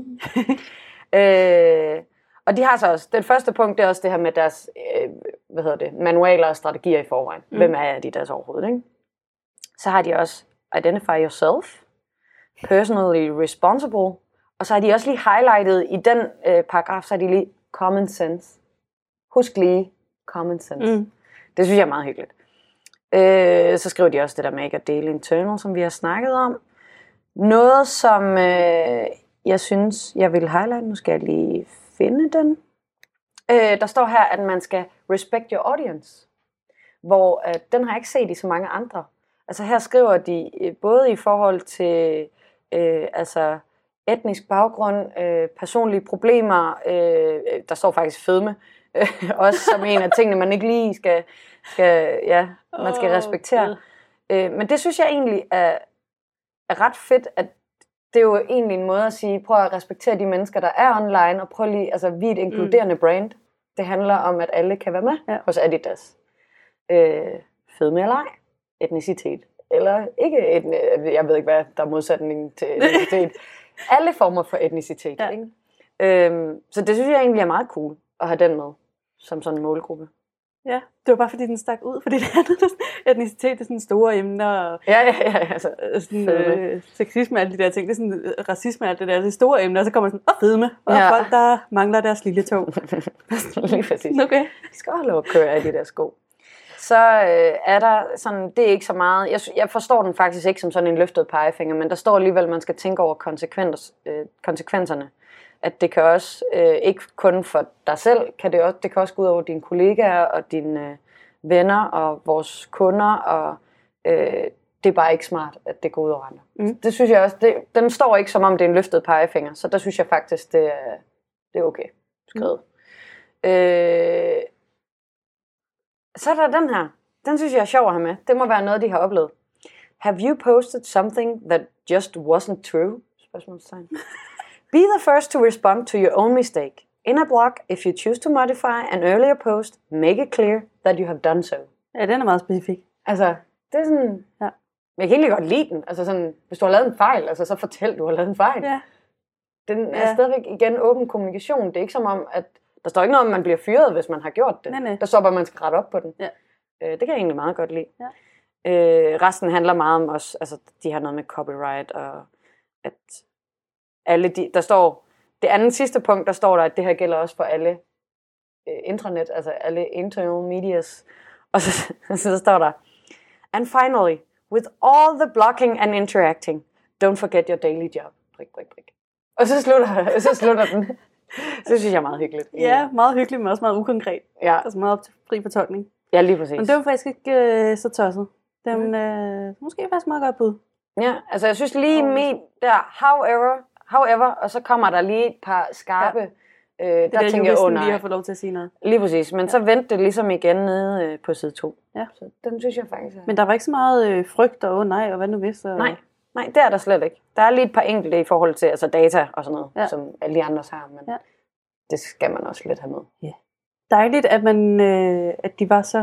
uh, og de har så også, det første punkt, det er også det her med deres øh, hvad hedder det, manualer og strategier i forvejen. Mm. Hvem er Adidas overhovedet, ikke? Så har de også identify yourself, personally responsible, og så har de også lige highlightet i den øh, paragraf, så har de lige common sense. Husk lige common sense. Mm. Det synes jeg er meget hyggeligt. Øh, så skriver de også det der make a daily internal, som vi har snakket om. Noget, som øh, jeg synes, jeg vil highlight, nu skal jeg lige finde den. Øh, der står her, at man skal respect your audience, hvor øh, den har jeg ikke set i så mange andre. Altså her skriver de øh, både i forhold til øh, altså etnisk baggrund, øh, personlige problemer, øh, der står faktisk fedme, øh, også som en af tingene, man ikke lige skal, skal ja, man skal respektere. Oh, øh, men det synes jeg egentlig er, er ret fedt, at det er jo egentlig en måde at sige, prøv at respektere de mennesker, der er online, og prøv lige, altså vi er et inkluderende mm. brand. Det handler om, at alle kan være med ja. hos Adidas. Øh, fedme eller ej, etnicitet, eller ikke etni, jeg ved ikke, hvad der er modsætning til etnicitet. Alle former for etnicitet. Ja. Ikke? Øhm, så det synes jeg egentlig er meget cool, at have den med, som sådan en målgruppe. Ja, det var bare fordi, den stak ud, fordi det andet etnicitet er sådan store emner, og Ja, ja, ja. Altså, sådan, øh, sexisme og alle de der ting, det er sådan, øh, racisme og alt det der, det er store emner, og så kommer sådan, åh, fedme, og Ja. folk, der mangler deres lille tog. Lige præcis. Okay. De skal have lov at køre af de der sko. Så øh, er der sådan, det er ikke så meget, jeg, jeg forstår den faktisk ikke som sådan en løftet pegefinger, men der står alligevel, at man skal tænke over konsekvens, øh, konsekvenserne. At det kan også, øh, ikke kun for dig selv, kan det, også, det kan også gå ud over dine kollegaer og dine øh, venner og vores kunder, og øh, det er bare ikke smart, at det går ud over andre. Mm. Det synes jeg også, det, den står ikke som om det er en løftet pegefinger, så der synes jeg faktisk, det er, det er okay skrevet. Mm. Øh, så er der den her, den synes jeg er sjov at have med. Det må være noget, de har oplevet. Have you posted something that just wasn't true? Spørgsmålstegn. Be the first to respond to your own mistake. In a blog, if you choose to modify an earlier post, make it clear that you have done so. Ja, den er meget specifik. Altså, det er sådan... Ja. Jeg kan egentlig godt lide den. Altså sådan, hvis du har lavet en fejl, altså så fortæl, du har lavet en fejl. Ja. Den er Ja. stadigvæk igen åben kommunikation. Det er ikke som om, at der står ikke noget om, man bliver fyret, hvis man har gjort det. Nej, nej. Der står bare, at man skal rette op på den. Ja. Øh, det kan jeg egentlig meget godt lide. Ja. Øh, resten handler meget om også, altså de har noget med copyright, og at alle de, der står, det andet sidste punkt, der står der, at det her gælder også for alle øh, intranet, altså alle internal medias. Og så, så står der, and finally, with all the blocking and interacting, don't forget your daily job. Brik, brik, brik. Og så slutter, så slutter den. Det synes jeg er meget hyggeligt. Ja, meget hyggeligt, men også meget ukonkret. Ja, Altså meget op til fri fortolkning. ja lige præcis. Men det var faktisk ikke øh, så tosset. Den øh, måske faktisk meget godt bud. Ja, altså jeg synes lige min der, however, however, og så kommer der lige et par skarpe, ja. øh, Det der der tænker jeg, åh juristen nej. lige har fået lov til at sige noget. Lige præcis, men ja. Så vendte det ligesom igen nede øh, på side to. Ja. Så den synes jeg faktisk er... Men der var ikke så meget øh, frygt og åh nej, og hvad nu hvis? Og... Nej, nej, det er der slet ikke. Der er lige et par enkelte i forhold til altså data og sådan noget, Ja. som alle de andre har, men Ja. det skal man også lidt have med. Dejligt, at, man, øh, at de var så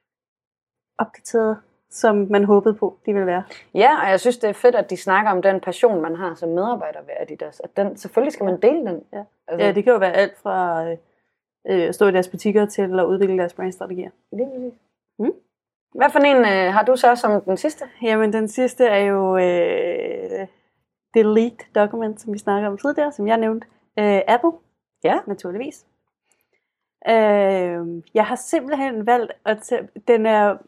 opdateret, som man håbede på, de ville være. Ja, og jeg synes, det er fedt, at de snakker om den passion, man har som medarbejder ved Adidas. At den, selvfølgelig skal man dele den. Ja. Altså, Ja, det kan jo være alt fra øh, øh, at stå i deres butikker til at udvikle deres brandstrategier. lige præcis. Mm. Hvad for en øh, har du så som den sidste? Jamen, den sidste er jo øh, Delete Document, som vi snakker om tidligere, som jeg nævnte. Øh, Apple, Ja. naturligvis. Øh, jeg har simpelthen valgt, at den er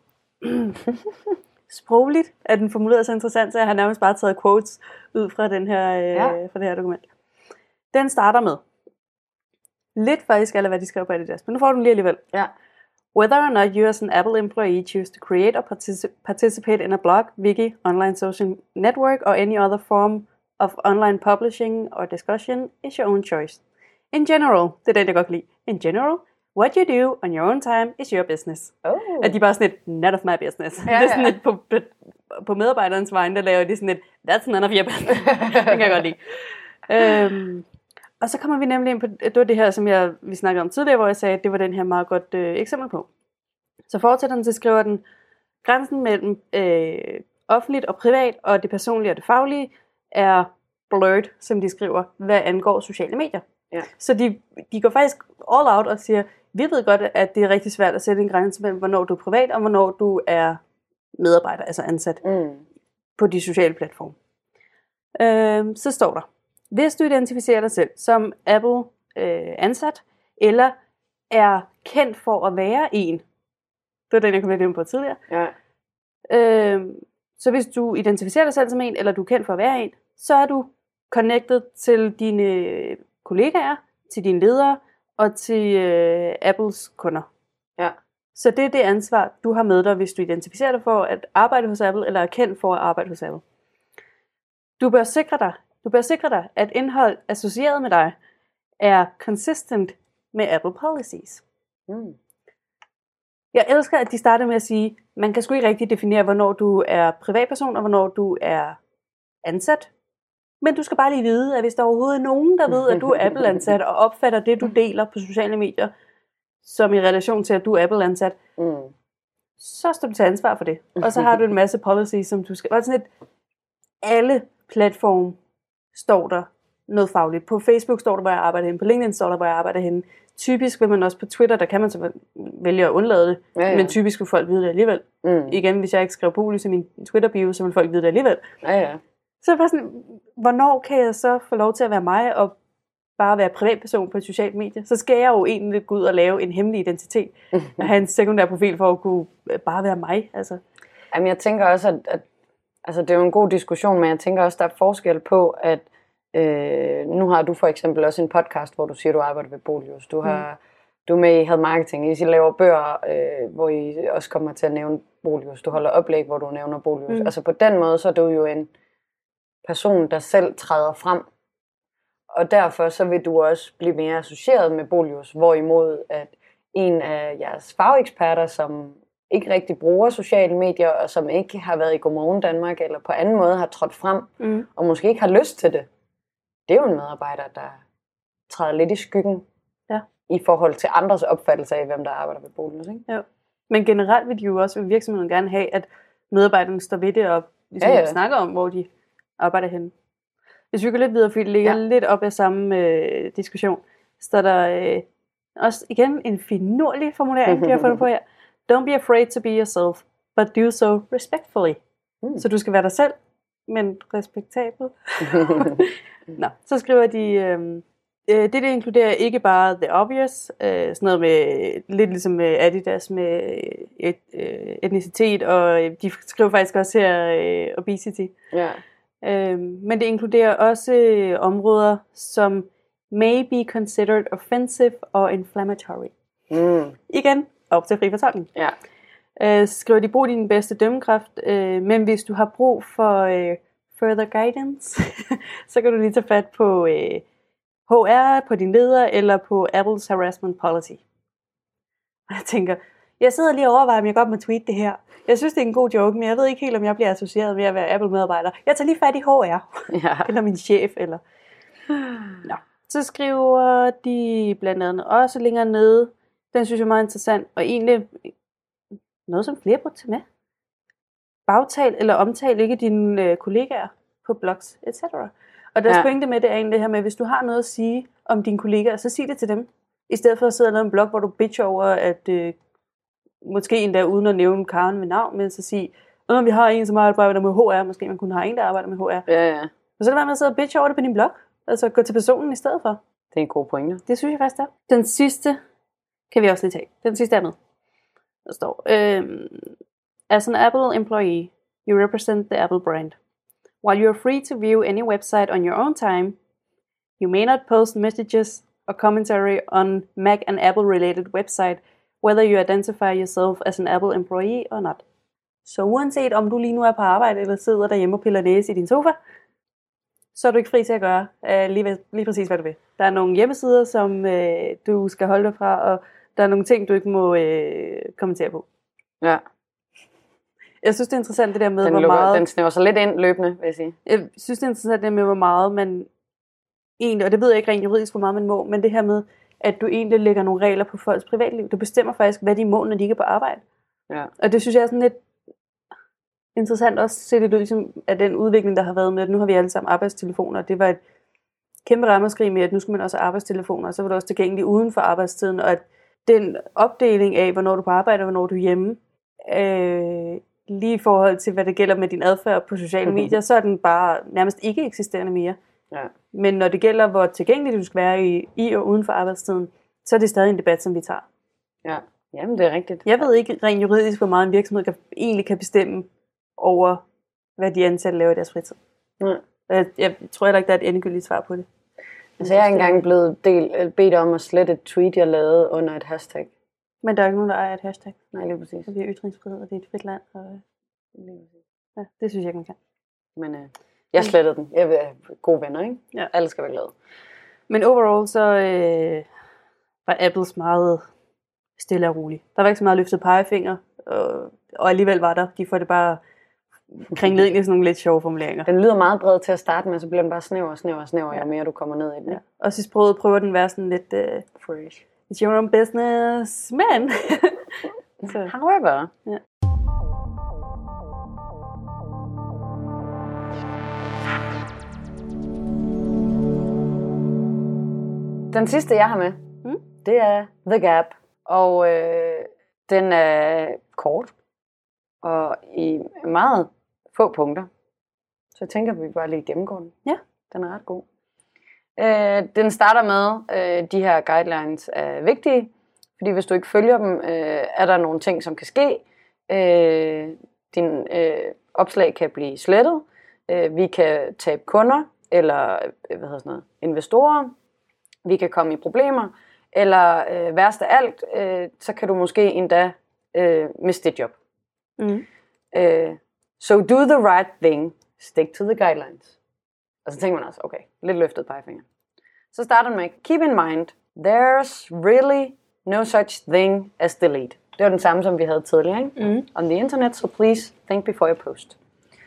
sprogligt, at den formuleret så interessant, så jeg har nærmest bare taget quotes ud fra, den her, øh, Ja. fra det her dokument. Den starter med, lidt faktisk eller hvad de skrev på Adidas, men nu får du den lige alligevel. Ja. Whether or not you as an Apple employee choose to create or particip- participate in a blog, wiki, online social network, or any other form of online publishing or discussion is your own choice. In general, det er den, jeg godt kan lide. In general, what you do on your own time is your business. Oh. At de bare sådan et, not of my business. Ja, det er sådan ja. et, på, på, på medarbejderens vegne, der laver de sådan et, that's none of your business. Den kan jeg godt lide. Øhm, og så kommer vi nemlig ind på, det var det her, som jeg, vi snakkede om tidligere, hvor jeg sagde, at det var den her meget godt øh, eksempel på. Så fortsætter den, så skriver den, grænsen mellem øh, offentligt og privat, og det personlige og det faglige, er blurred, som de skriver, hvad angår sociale medier. Ja. Så de, de går faktisk all out og siger, vi ved godt, at det er rigtig svært at sætte en grænse mellem, hvornår du er privat, og hvornår du er medarbejder, altså ansat Mm. på de sociale platforme. Øh, så står der, hvis du identificerer dig selv som Apple øh, ansat, eller er kendt for at være en, det var den, jeg kom lidt ind på tidligere, Ja. øh, så hvis du identificerer dig selv som en, eller du er kendt for at være en, så er du connected til dine kollegaer, til dine ledere, og til øh, Apples kunder. Ja. Så det er det ansvar, du har med dig, hvis du identificerer dig for at arbejde hos Apple, eller er kendt for at arbejde hos Apple. Du bør sikre dig, du bør sikre dig, at indhold associeret med dig er consistent med Apple policies. Mm. Jeg elsker, at de starter med at sige, man kan sgu ikke rigtig definere, hvornår du er privatperson, og hvornår du er ansat. Men du skal bare lige vide, at hvis der overhovedet er nogen, der ved, at du er Apple-ansat, og opfatter det, du deler på sociale medier, som i relation til, at du er Apple-ansat, Mm. så står du til ansvar for det. Og så har du en masse policies, som du skal... Og sådan et, alle platforme står der noget fagligt. På Facebook står der, hvor jeg arbejder henne. På LinkedIn står der, hvor jeg arbejder henne. Typisk vil man også på Twitter, der kan man så vælge at undlade det. Ja, ja. Men typisk vil folk vide det alligevel. Mm. Igen, hvis jeg ikke skriver Polys i min Twitter-bio, så vil folk vide det alligevel. Ja, ja. Så er det bare sådan, hvornår kan jeg så få lov til at være mig og bare være privatperson på et socialt medie? Så skal jeg jo egentlig gå ud og lave en hemmelig identitet. Og have en sekundær profil for at kunne bare være mig. Altså. Jamen, jeg tænker også, at, at altså, det er jo en god diskussion, men jeg tænker også, der er forskel på, at øh, nu har du for eksempel også en podcast, hvor du siger, du arbejder ved Bolius. Du har... Mm. Du er med i Health Marketing. I laver bøger, øh, hvor I også kommer til at nævne Bolius. Du holder oplæg, hvor du nævner Bolius. Mm. Altså på den måde, så er du jo en person, der selv træder frem. Og derfor så vil du også blive mere associeret med Bolius. Hvorimod at en af jeres fageksperter, som ikke rigtig bruger sociale medier, og som ikke har været i Godmorgen Danmark, eller på anden måde har trådt frem, mm. og måske ikke har lyst til det, det er jo en medarbejder, der træder lidt i skyggen. Ja. I forhold til andres opfattelse af, hvem der arbejder ved Bolius, ikke? Ja. Men generelt vil de jo også ved virksomheden gerne have, at medarbejderne står ved det og ligesom ja, ja. snakker om, hvor de arbejder henne. Hvis vi går lidt videre, fordi det ligger ja. lidt op af samme øh, diskussion, så er der øh, også igen en finurlig formulering, de har fundet på her. Don't be afraid to be yourself, but do so respectfully. Mm. Så du skal være dig selv, men respektabel. Nå, så skriver de... Øh, Det, det inkluderer ikke bare the obvious, øh, sådan noget med, lidt ligesom med Adidas med et, øh, etnicitet, og de skriver faktisk også her øh, obesity. Ja. Øh, men det inkluderer også øh, områder, som may be considered offensive or inflammatory. Mm. Igen, op til fri fortolkning. Ja. Øh, skriver de, brug din bedste dømmekraft, øh, men hvis du har brug for øh, further guidance, så kan du lige tage fat på... Øh, H R, på din leder, eller på Apples harassment policy. Og jeg tænker, jeg sidder lige og overvejer, om jeg godt må tweete det her. Jeg synes, det er en god joke, men jeg ved ikke helt, om jeg bliver associeret med at være Apple-medarbejder. Jeg tager lige fat i H R. Ja. Eller min chef. Eller... Nå. Så skriver de blandt andet også længere nede. Den synes jeg er meget interessant, og egentlig noget, som flere burde tage med. Bagtal eller omtal ikke dine øh, kollegaer på blogs, et cetera. Og deres ja. pointe med det er egentlig det her med, at hvis du har noget at sige om dine kollegaer, så sig det til dem. I stedet for at sidde og lave en blog, hvor du bitcher over, at øh, måske endda uden at nævne Karen ved navn, men så sige, at vi har en, som arbejder med H R, måske man kunne have en, der arbejder med H R. Ja, ja. Og så er det bare med at sidde og bitche over det på din blog. Altså gå til personen i stedet for. Det er en god pointe. Det synes jeg faktisk er. Den sidste kan vi også lige tage. Den sidste er med. Der står, øhm, as an Apple employee, you represent the Apple brand. While you are free to view any website on your own time, you may not post messages or commentary on Mac and Apple-related website, whether you identify yourself as an Apple employee or not. Så uanset om du lige nu er på arbejde, eller sidder derhjemme og piller næse i din sofa, så er du ikke fri til at gøre uh, lige, lige præcis, hvad du vil. Der er nogle hjemmesider, som uh, du skal holde dig fra, og der er nogle ting, du ikke må uh, kommentere på. Ja. Jeg synes, det er interessant det der med, den hvor lukker, meget... Den snæver sig lidt ind løbende, vil jeg sige. Jeg synes, det er interessant det der med, hvor meget man egentlig, og det ved jeg ikke rent juridisk, hvor meget man må, men det her med, at du egentlig lægger nogle regler på folks privatliv. Du bestemmer faktisk, hvad de må, når de ikke er på arbejde. Ja. Og det synes jeg er sådan lidt interessant også, set det ud ligesom, af den udvikling, der har været med, at nu har vi alle sammen arbejdstelefoner. Det var et kæmpe ramaskrig med, at nu skulle man også have arbejdstelefoner, og så var det også tilgængeligt uden for arbejdstiden, og at den opdeling af, hvornår du er på arbejde, og hvornår du er hjemme, øh, lige i forhold til, hvad det gælder med din adfærd på sociale medier, så er den bare nærmest ikke eksisterende mere. Ja. Men når det gælder, hvor tilgængeligt du skal være i, i og uden for arbejdstiden, så er det stadig en debat, som vi tager. Ja, jamen det er rigtigt. Jeg ved ikke rent juridisk, hvor meget en virksomhed kan, egentlig kan bestemme over, hvad de ansatte laver i deres fritid. Ja. Jeg, jeg tror heller ikke, der er et endegyldigt svar på det. Altså jeg er engang blevet del, bedt om at slette et tweet, jeg lavede under et hashtag. Men der er ikke nogen, der ejer et hashtag. Nej, lige præcis. Så vi har ytringsfrihed, og det er et frit land. Og... Ja, det synes jeg ikke, man kan. Men øh, jeg slettede den. Jeg vil have gode venner, ikke? Ja. Alle skal være glade. Men overall, så øh, var Apples meget stille og rolig. Der var ikke så meget løftet pegefinger, og, og alligevel var der. De får det bare kringlet ind i sådan nogle lidt sjove formuleringer. Den lyder meget bred til at starte med, så bliver den bare snæver og snæver og snæver, ja. Jo mere du kommer ned i den. Ja. Og så sproget prøver den at være sådan lidt... Øh, fresh. It's your own business, men... så. However. Ja. Den sidste, jeg har med, Mm. det er The Gap. Og øh, den er kort og i meget få punkter. Så jeg tænker, at vi bare lige gennemgår den. Ja. Den er ret god. Øh, den starter med, øh, de her guidelines er vigtige, fordi hvis du ikke følger dem, øh, er der nogle ting, som kan ske. Øh, din øh, opslag kan blive slettet. Øh, vi kan tabe kunder, eller øh, hvad hedder sådan noget, investorer. Vi kan komme i problemer. Eller øh, værst af alt, øh, så kan du måske endda øh, miste dit job. Mm. Øh, so do the right thing. Stick to the guidelines. Og så tænker man også, okay, lidt løftet pegefinger. Så starter man med, keep in mind, there's really no such thing as delete. Det var den samme, som vi havde tidligere, ikke? Mm. On the internet, so please think before you post.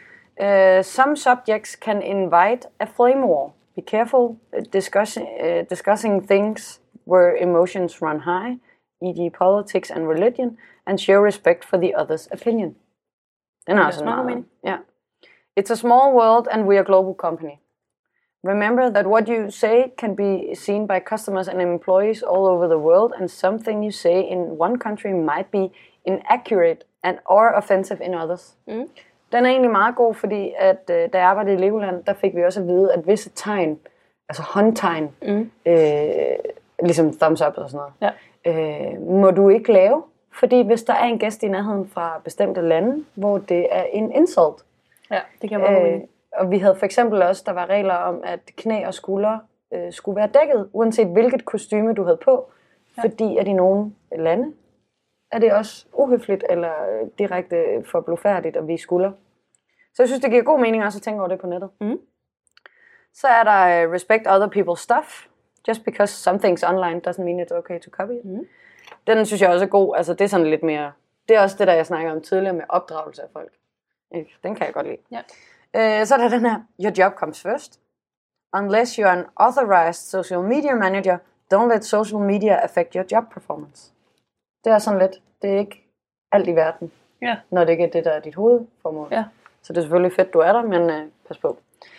Uh, some subjects can invite a flame war. Be careful uh, discussing, uh, discussing things where emotions run high, for eksempel politics and religion, and show respect for the other's opinion. Den er også meget. Ja. It's a small world and we are a global company. Remember that what you say can be seen by customers and employees all over the world, and something you say in one country might be inaccurate and or offensive in others. Mm. Den er egentlig meget god, fordi at øh, da jeg arbejdede i Legoland, der fik vi også at vide, at visse tegn, altså håndtegn, mm. øh, ligesom thumbs up og sådan noget, ja. øh, må du ikke lave, fordi hvis der er en gæst i nærheden fra bestemte lande, hvor det er en insult. Ja, det kan jeg meget øh, Og vi havde for eksempel også, der var regler om, at knæ og skuldre øh, skulle være dækket, uanset hvilket kostyme du havde på, ja. Fordi at i nogle lande er det også uhøfligt eller direkte for blufærdigt at vise skuldre. Så jeg synes, det giver god mening også at tænke over det på nettet. Mm. Så er der uh, respect other people's stuff. Just because something's online doesn't mean it's okay to copy it. Mm. Den synes jeg også er god. Altså det er sådan lidt mere, det er også det, der jeg snakker om tidligere med opdragelse af folk. Den kan jeg godt lide. Ja. Uh, så er der den her, your job comes first. Unless you're an authorized social media manager, don't let social media affect your job performance. Det er sådan lidt, det er ikke alt i verden, ja. Når det ikke er det, der er dit hovedformål. Ja. Så det er selvfølgelig fedt, du er der, men øh, pas på.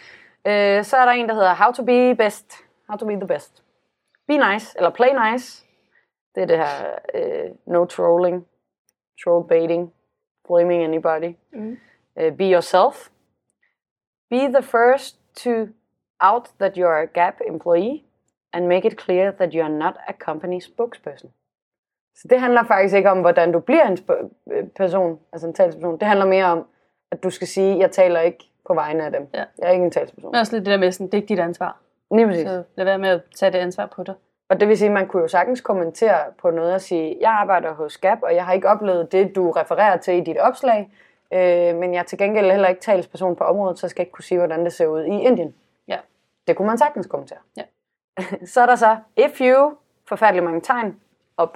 Øh, så er der en, der hedder How to be best. How to be the best. Be nice, eller play nice. Det er det her øh, no trolling, troll baiting, blaming anybody. Mm. Uh, be yourself. Be the first to out that you're a Gap employee, and make it clear that you're not a company spokesperson. Så det handler faktisk ikke om, hvordan du bliver en person, altså en talsperson. Det handler mere om, at du skal sige, jeg taler ikke på vegne af dem. Ja. Jeg er ikke en talsperson. Men også lidt det der med, sådan, det er ikke dit ansvar. Lige præcis. Så lad være med at tage det ansvar på dig. Og det vil sige, at man kunne jo sagtens kommentere på noget og sige, jeg arbejder hos Gap, og jeg har ikke oplevet det, du refererer til i dit opslag, øh, men jeg er til gengæld heller ikke talsperson på området, så skal jeg ikke kunne sige, hvordan det ser ud i Indien. Ja. Det kunne man sagtens kommentere. Ja. Så er der så, if you, forfærdelig mange tegn, op.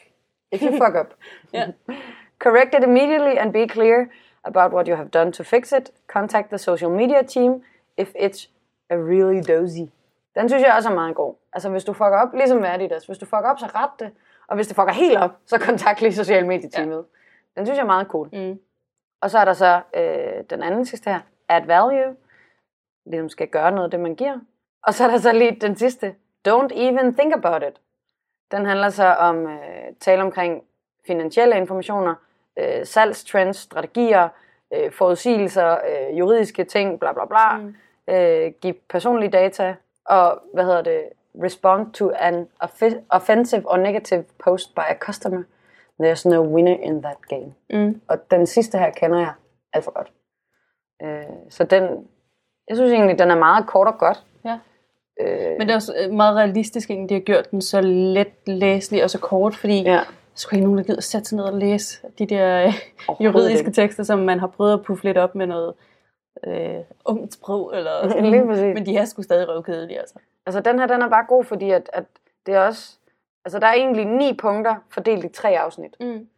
If you fuck up. Yeah. Correct it immediately and be clear about what you have done to fix it. Contact the social media team if it's a really dozy. Den synes jeg også er meget god. Altså hvis du fucker op, ligesom Værditas, hvis du fucker op, så ret det. Og hvis det fucker helt op, så kontakt lige social media teamet. Ja. Den synes jeg er meget cool. Mm. Og så er der så øh, den anden sidste her. Add value. Ligesom skal gøre noget af det, man giver. Og så er der så lige den sidste. Don't even think about it. Den handler så om øh, tale omkring finansielle informationer, øh, salgstrends, strategier, øh, forudsigelser, øh, juridiske ting, bla bla bla. Mm. Øh, give personlige data og hvad hedder det? Respond to an off- offensive or negative post by a customer. There's no winner in that game. Mm. Og den sidste her kender jeg alt for godt. Øh, så den, jeg synes egentlig, den er meget kort og godt. Ja. Øh, Men det er også meget realistisk, at de har gjort den så let læselig og så kort, fordi ja. Der skulle ikke nogen, der gider sætte sig ned og læse de der juridiske tekster, som man har prøvet at puffe lidt op med noget øh, ungt sprog, eller sådan. Men de er sgu stadig røvkedelige, altså. Altså den her, den er bare god, fordi at, at det er også, altså der er egentlig ni punkter fordelt i tre afsnit. Mm.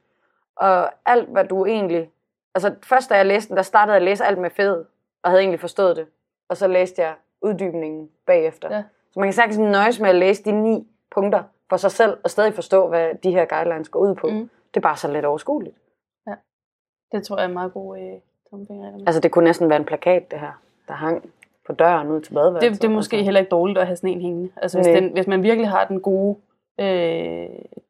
Og alt, hvad du egentlig, altså først da jeg læste den, der startede jeg at læse alt med fed, og havde egentlig forstået det. Og så læste jeg uddybningen bagefter. Ja. Så man kan sagtens nøjes med at læse de ni punkter for sig selv, og stadig forstå, hvad de her guidelines går ud på. Mm. Det er bare så lidt overskueligt. Ja, det tror jeg er meget god øh, tommelfinger. Altså det kunne næsten være en plakat, det her, der hang på døren ud til badeværelset. Det, det er måske altså. heller ikke dårligt at have sådan en hængende. Altså hvis, den, hvis man virkelig har den gode, øh,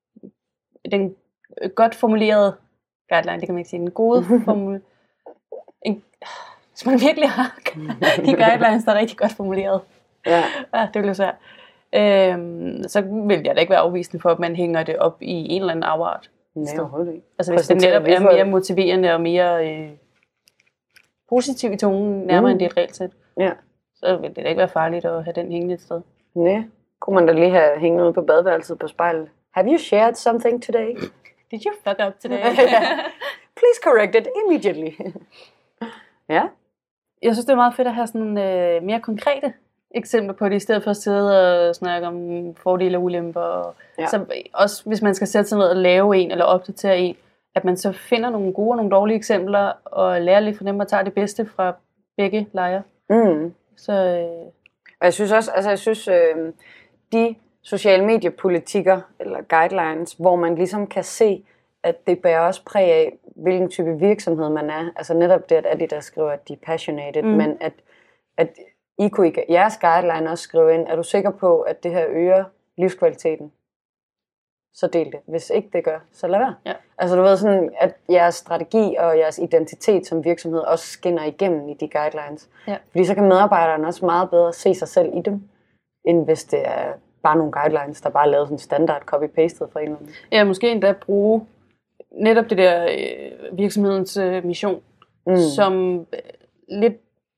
den godt formulerede guideline, det kan man ikke sige, den gode formul... en, hvis man virkelig har de guidelines, der er rigtig godt formuleret. Ja. Ja, det bliver svært. Øhm, så vil jeg da ikke være afvisende for, at man hænger det op i en eller anden afart. Nej, overhovedet ikke. Altså hvis det netop er mere motiverende og mere øh, positiv i tonen, nærmere mm. end det er et regelsæt, ja. Så vil det da ikke være farligt at have den hængende et sted. Nej, kunne man da lige have hængt noget på badeværelset på spejlet. Have you shared something today? Did you fuck up today? Please correct it immediately. Ja. Jeg synes, det er meget fedt at have sådan øh, mere konkrete eksempler på det, i stedet for at sidde og snakke om fordele og ulemper. Og ja. Så også hvis man skal sætte sig ned og lave en, eller opdatere en, at man så finder nogle gode og nogle dårlige eksempler, og lærer lidt fra dem, og tager det bedste fra begge lejre. Mm. Så, øh... Og jeg synes også, altså jeg synes, øh, de sociale mediepolitikker, eller guidelines, hvor man ligesom kan se, at det bærer også præg af, hvilken type virksomhed man er. Altså netop det, at Adidas skriver, at de er passionate, mm. men at, at I kunne i jeres guideline også skrive ind, er du sikker på, at det her øger livskvaliteten? Så del det. Hvis ikke det gør, så lad være. Ja. Altså du ved sådan, at jeres strategi og jeres identitet som virksomhed også skinner igennem i de guidelines. Ja. Fordi så kan medarbejderne også meget bedre se sig selv i dem, end hvis det er bare nogle guidelines, der bare er lavet sådan standard copy-pasted for en eller anden. Ja, måske endda bruge netop det der øh, virksomhedens øh, mission, mm. som øh, lidt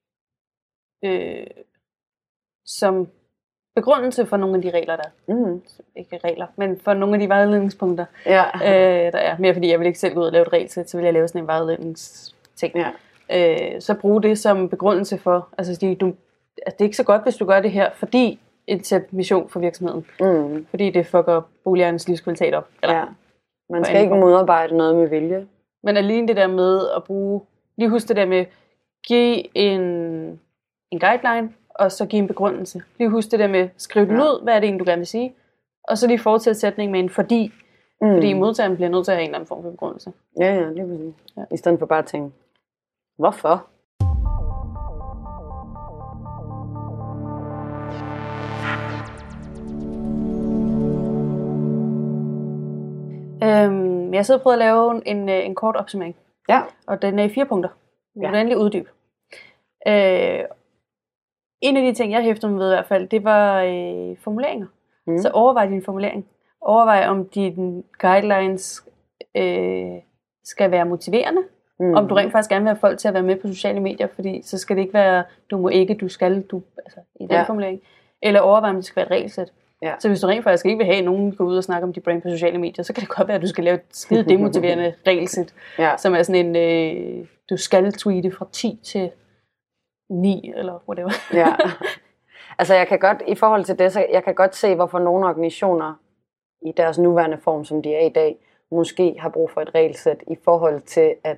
øh, som begrundelse for nogle af de regler, der er. Mm. Ikke regler, men for nogle af de vejledningspunkter, ja. øh, der er. Mere fordi jeg vil ikke selv gå ud og lave et regelsæt, så vil jeg lave sådan en vejledningsting. Ja. Øh, så bruge det som begrundelse for, altså de, du, at det er ikke så godt, hvis du gør det her, fordi et sæt mission for virksomheden. Mm. Fordi det fucker boligernes livskvalitet op. Eller, ja. Man skal ikke modarbejde noget med vilje. Men alene det der med at bruge, lige husk det der med, give en, en guideline, og så give en begrundelse. Lige husk det der med, skriv den ja. ud, hvad er det egentlig, du gerne vil sige, og så lige fortsætte sætningen med en fordi, mm. fordi modtageren bliver nødt til at have en eller anden form for begrundelse. Ja, ja, lige præcis. Ja. I stedet for bare at tænke, hvorfor? Øhm, jeg sidder og prøver at lave en, en kort opsummering. Ja. Og den er i fire punkter. Jeg vil ja. endelig uddybe. Øh, en af de ting, jeg hæftede mig ved i hvert fald, det var øh, formuleringer. Mm. Så overvej din formulering. Overvej, om dine guidelines øh, skal være motiverende. Mm. Om du rent faktisk gerne vil have folk til at være med på sociale medier, fordi så skal det ikke være, du må ikke, du skal, du, altså i den ja. formulering. Eller overvej, om det skal være et regelsæt. Ja. Så hvis du rent faktisk ikke vil have, at nogen går ud og snakke om dit brand på sociale medier, så kan det godt være, at du skal lave et skide demotiverende regelsæt, ja. som er sådan en, øh, du skal tweete fra ti til ni, eller whatever. Ja. Altså jeg kan godt, i forhold til det, så jeg kan godt se, hvorfor nogle organisationer i deres nuværende form, som de er i dag, måske har brug for et regelsæt i forhold til, at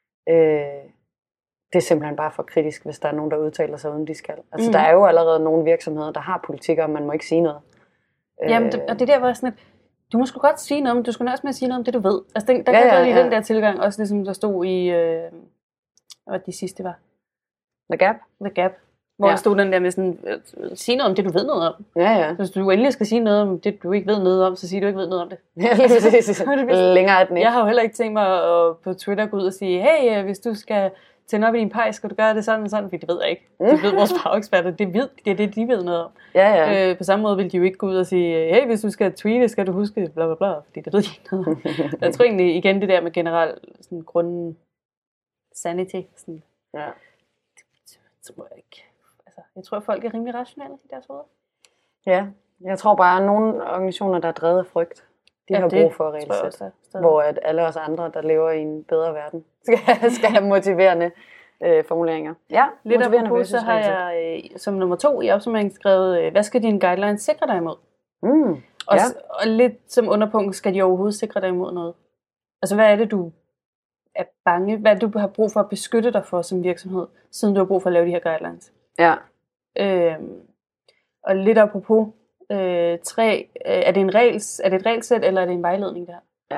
øh, det er simpelthen bare for kritisk, hvis der er nogen, der udtaler sig, uden de skal. Altså mm. der er jo allerede nogle virksomheder, der har politikker, og man må ikke sige noget. Jamen, det, og det der var sådan et, du må sgu godt sige noget, men du skulle også med at sige noget om det, du ved. Altså, den, der ja, kan ja, ja. den der tilgang, også ligesom der stod i, øh, hvad de sidste var? The Gap. The Gap. Hvor ja. der stod den der med sådan, sige noget om det, du ved noget om. Ja, ja. Hvis du endelig skal sige noget om det, du ikke ved noget om, så sig du ikke ved noget om det. Ja, lige præcis. Længere er den ikke. Jeg har jo heller ikke tænkt mig at på Twitter gå ud og sige, hey, hvis du skal tænde op i din pej, skal du gøre det sådan og sådan, for det ved jeg ikke. Det ved vores fageksperter, det ved, det er det, de ved noget om. Ja, ja. Øh, på samme måde vil de jo ikke gå ud og sige, hey, hvis du skal tweete, skal du huske bla bla bla, fordi det ved de ikke noget om. Jeg tror egentlig igen det der med generelt sådan grund sanity, sådan. Ja. Det, det tror jeg ikke. Altså, jeg tror, at folk er rimelig rationelle i deres hoved. Ja, jeg tror bare, at nogle organisationer, der er drevet af frygt, de ja, har brug for at regelsætte. Hvor at alle os andre, der lever i en bedre verden, skal, skal have motiverende øh, formuleringer. Ja, lidt apropos, så har jeg øh, som nummer to i opsummeringen skrevet, øh, hvad skal dine guidelines sikre dig imod? Mm, og, ja. og lidt som underpunkt, skal de overhovedet sikre dig imod noget? Altså, hvad er det, du er bange? Hvad er det, du har brug for at beskytte dig for som virksomhed, siden du har brug for at lave de her guidelines? Ja. Øhm, og lidt apropos, øh, tre, øh, er, det en regels, er det et regelsæt, eller er det en vejledning der? Ja.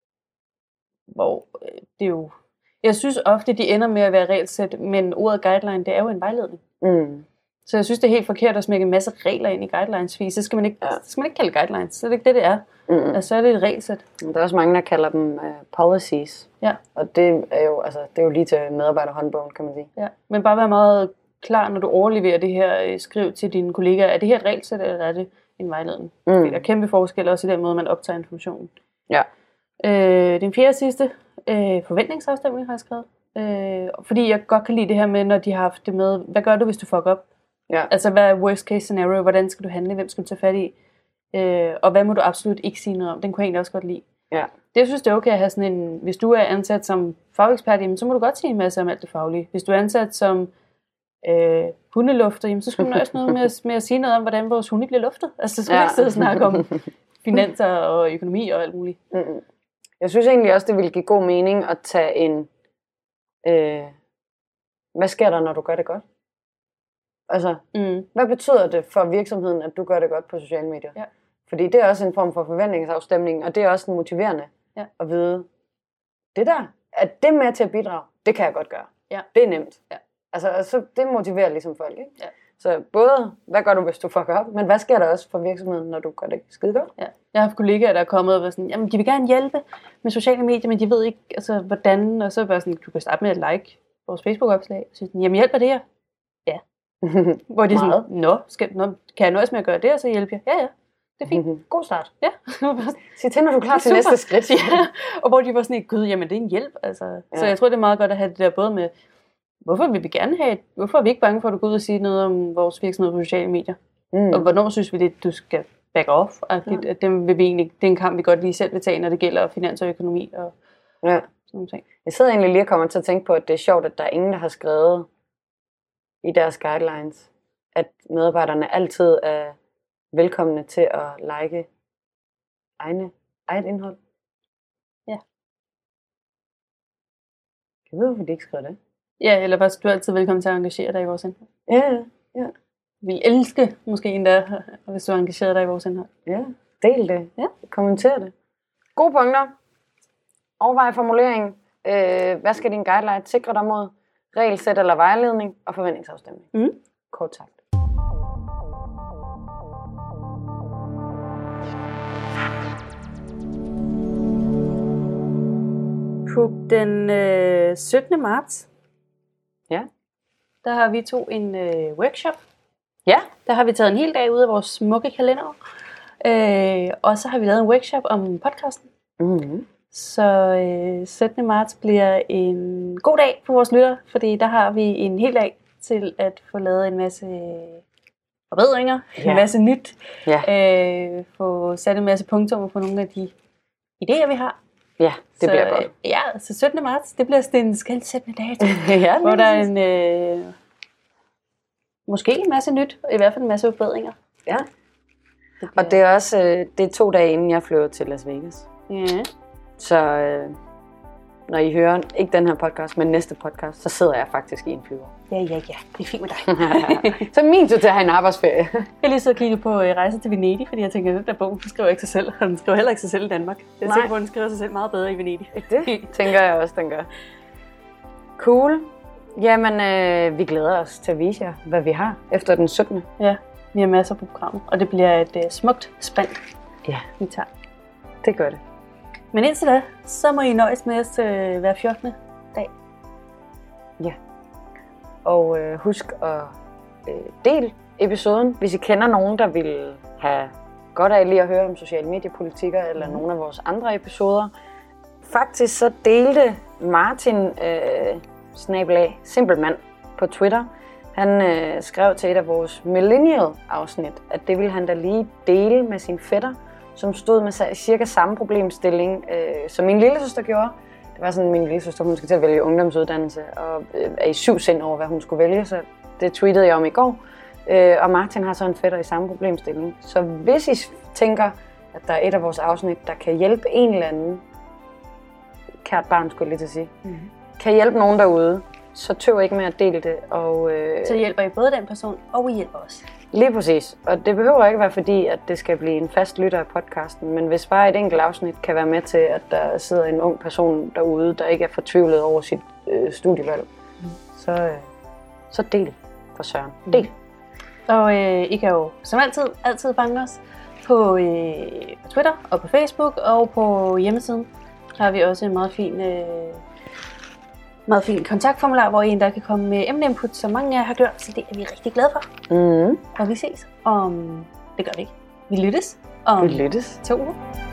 Hvor øh, det er jo, jeg synes ofte, de ender med at være regelsæt, men ordet guideline, det er jo en vejledning. Mm. Så jeg synes, det er helt forkert at smække en masse regler ind i guidelines, fordi så skal man ikke, ja. så skal man ikke kalde guidelines. Så er det ikke det, det er. Mm. Altså, så er det et regelsæt. Der er også mange, der kalder dem uh, policies. Ja. Og det er, jo, altså, det er jo lige til medarbejderhåndbogen, kan man sige. Ja. Men bare være meget klar, når du overleverer det her skriv til dine kollegaer. Er det her et regelsæt, eller er det en vejledning? Mm. Der er kæmpe forskel også i den måde, man optager informationen. Ja. Øh, den fjerde sidste, øh, forventningsafstemning har jeg skrevet. Øh, fordi jeg godt kan lide det her med, når de har haft det med, hvad gør du, hvis du fucker op? Ja. Altså, hvad er worst case scenario? Hvordan skal du handle? Hvem skal du tage fat i? Øh, og hvad må du absolut ikke sige noget om? Den kunne jeg egentlig også godt lide. Ja. Det, jeg synes, det er okay at have sådan en, hvis du er ansat som fagekspert, jamen, så må du godt sige en masse om alt det faglige. Hvis du er ansat som øh, hundelufter, jamen, så skal du også noget med, med at sige noget om, hvordan vores hunde bliver luftet. Altså, så skal ja. du ikke sidde og snakke om finanser og økonomi og alt muligt. Mm-mm. Jeg synes egentlig også, det ville give god mening at tage en, øh, hvad sker der, når du gør det godt? Altså, mm. hvad betyder det for virksomheden, at du gør det godt på sociale medier? Ja. Fordi det er også en form for forventningsafstemning, og det er også motiverende ja. at vide, det der, at det med til at bidrage, det kan jeg godt gøre. Ja. Det er nemt. Ja. Altså, så det motiverer ligesom folk, ikke? Ja. Så både, hvad gør du, hvis du fucker op, men hvad sker der også for virksomheden, når du gør det skide godt? Ja. Jeg har haft kollegaer, der er kommet og været sådan, jamen, de vil gerne hjælpe med sociale medier, men de ved ikke, altså, hvordan, og så er det bare sådan, du kan starte med at like vores Facebook-opslag, og sige, jamen, hjælper det her? Ja. Hvor de sådan, nå, skal, nå, kan jeg nøjes med at gøre det, og så hjælpe jer? Ja, ja. Det er fint. God start. Ja. Sig til, når du er klar til næste skridt. Ja. Og hvor de var sådan ikke, gud, jamen det er en hjælp. Altså. Ja. Så jeg tror, det er meget godt at have det der både med, hvorfor vil vi gerne have et, hvorfor er vi ikke bange for at du går ud og sige noget om vores virksomhed på sociale medier? Mm. Og hvornår synes vi det, du skal back off? Ja. At dem vil vi egentlig, det er en kamp, vi godt lige selv vil tage, når det gælder finans og økonomi og ja. sådan nogle ting. Jeg sidder egentlig lige og kommer til at tænke på, at det er sjovt, at der er ingen, der har skrevet i deres guidelines, at medarbejderne altid er velkomne til at like egne, eget indhold. Ja. Jeg ved, hvorfor de ikke skriver det. Ja, eller bare du er altid velkommen til at engagere dig i vores indhold. Ja, ja. Vi elske måske endda, hvis du engagerer dig i vores indhold. Ja, del det. Ja. Kommenter det. Gode punkter. Overvej formulering. Øh, hvad skal din guideline sikre dig mod? Regelsæt eller vejledning og forventningsafstemning. Mm. Kort sagt. På den øh, syttende marts, ja. der har vi to en øh, workshop. Ja. Der har vi taget en hel dag ud af vores smukke kalender. Øh, og så har vi lavet en workshop om podcasten. Mm-hmm. Så øh, syttende marts bliver en god dag for vores lyttere, fordi der har vi en hel dag til at få lavet en masse forbedringer, ja. en masse nyt, ja. øh, få sat en masse punkter på nogle af de idéer, vi har. Ja, det så, bliver godt. Ja, så syttende marts, det bliver sådan en skelsættende dato, ja, hvor der er en, øh, måske en masse nyt, og i hvert fald en masse forbedringer. Ja, det bliver... og det er også øh, det er to dage inden jeg flyver til Las Vegas. Ja. Så øh, når I hører, ikke den her podcast, men næste podcast, så sidder jeg faktisk i en flyver. Ja, ja, ja. Det er fint med dig. Så min tur til at have en arbejdsferie. Jeg lige så kigge på uh, Rejser til Venedig, fordi jeg tænker, at den der bog, den skriver ikke sig selv, og den skriver heller ikke sig selv i Danmark. Jeg tænker på, at den skriver sig selv meget bedre i Venedig. Det tænker jeg også, den gør. Cool. Jamen, øh, vi glæder os til at vise jer, hvad vi har efter den syttende. Ja, vi har masser på programmet, og det bliver et uh, smukt spand, ja. vi tager. Det gør det. Men indtil da, så må I nøjes med os øh, hver fjortende dag. Ja. Og øh, husk at øh, dele episoden, hvis I kender nogen, der vil have godt af lige at høre om sociale mediepolitikker, eller mm. nogle af vores andre episoder. Faktisk så delte Martin øh, snabelag Simpelmand på Twitter. Han øh, skrev til et af vores millennial-afsnit, at det ville han da lige dele med sin fætter, som stod med cirka samme problemstilling, øh, som min lillesøster gjorde. Det var sådan, min lillesøster, hun skal til at vælge ungdomsuddannelse, og øh, er i syv sind over, hvad hun skulle vælge, så det tweetede jeg om i går. Øh, og Martin har så en fætter i samme problemstilling. Så hvis I tænker, at der er et af vores afsnit, der kan hjælpe en eller anden, kært barn skulle jeg lige til at sige, mm-hmm. kan hjælpe nogen derude, så tøv ikke med at dele det. Og, øh, så hjælper I både den person, og I hjælper os. Lige præcis. Og det behøver ikke være fordi, at det skal blive en fast lytter af podcasten, men hvis bare et enkelt afsnit kan være med til, at der sidder en ung person derude, der ikke er fortvivlet over sit øh, studievalg, mm. så, øh, så del for søren. Del. Og øh, I kan jo som altid, altid fange os på, øh, på Twitter og på Facebook og på hjemmesiden. Der har vi også en meget fin, øh, meget fin kontaktformular, hvor I endda kan komme med emneinput, som mange af jer har gjort, så det er vi rigtig glade for. Mm. Og vi ses om, det gør vi ikke, vi lyttes om Vi lyttes. to uger.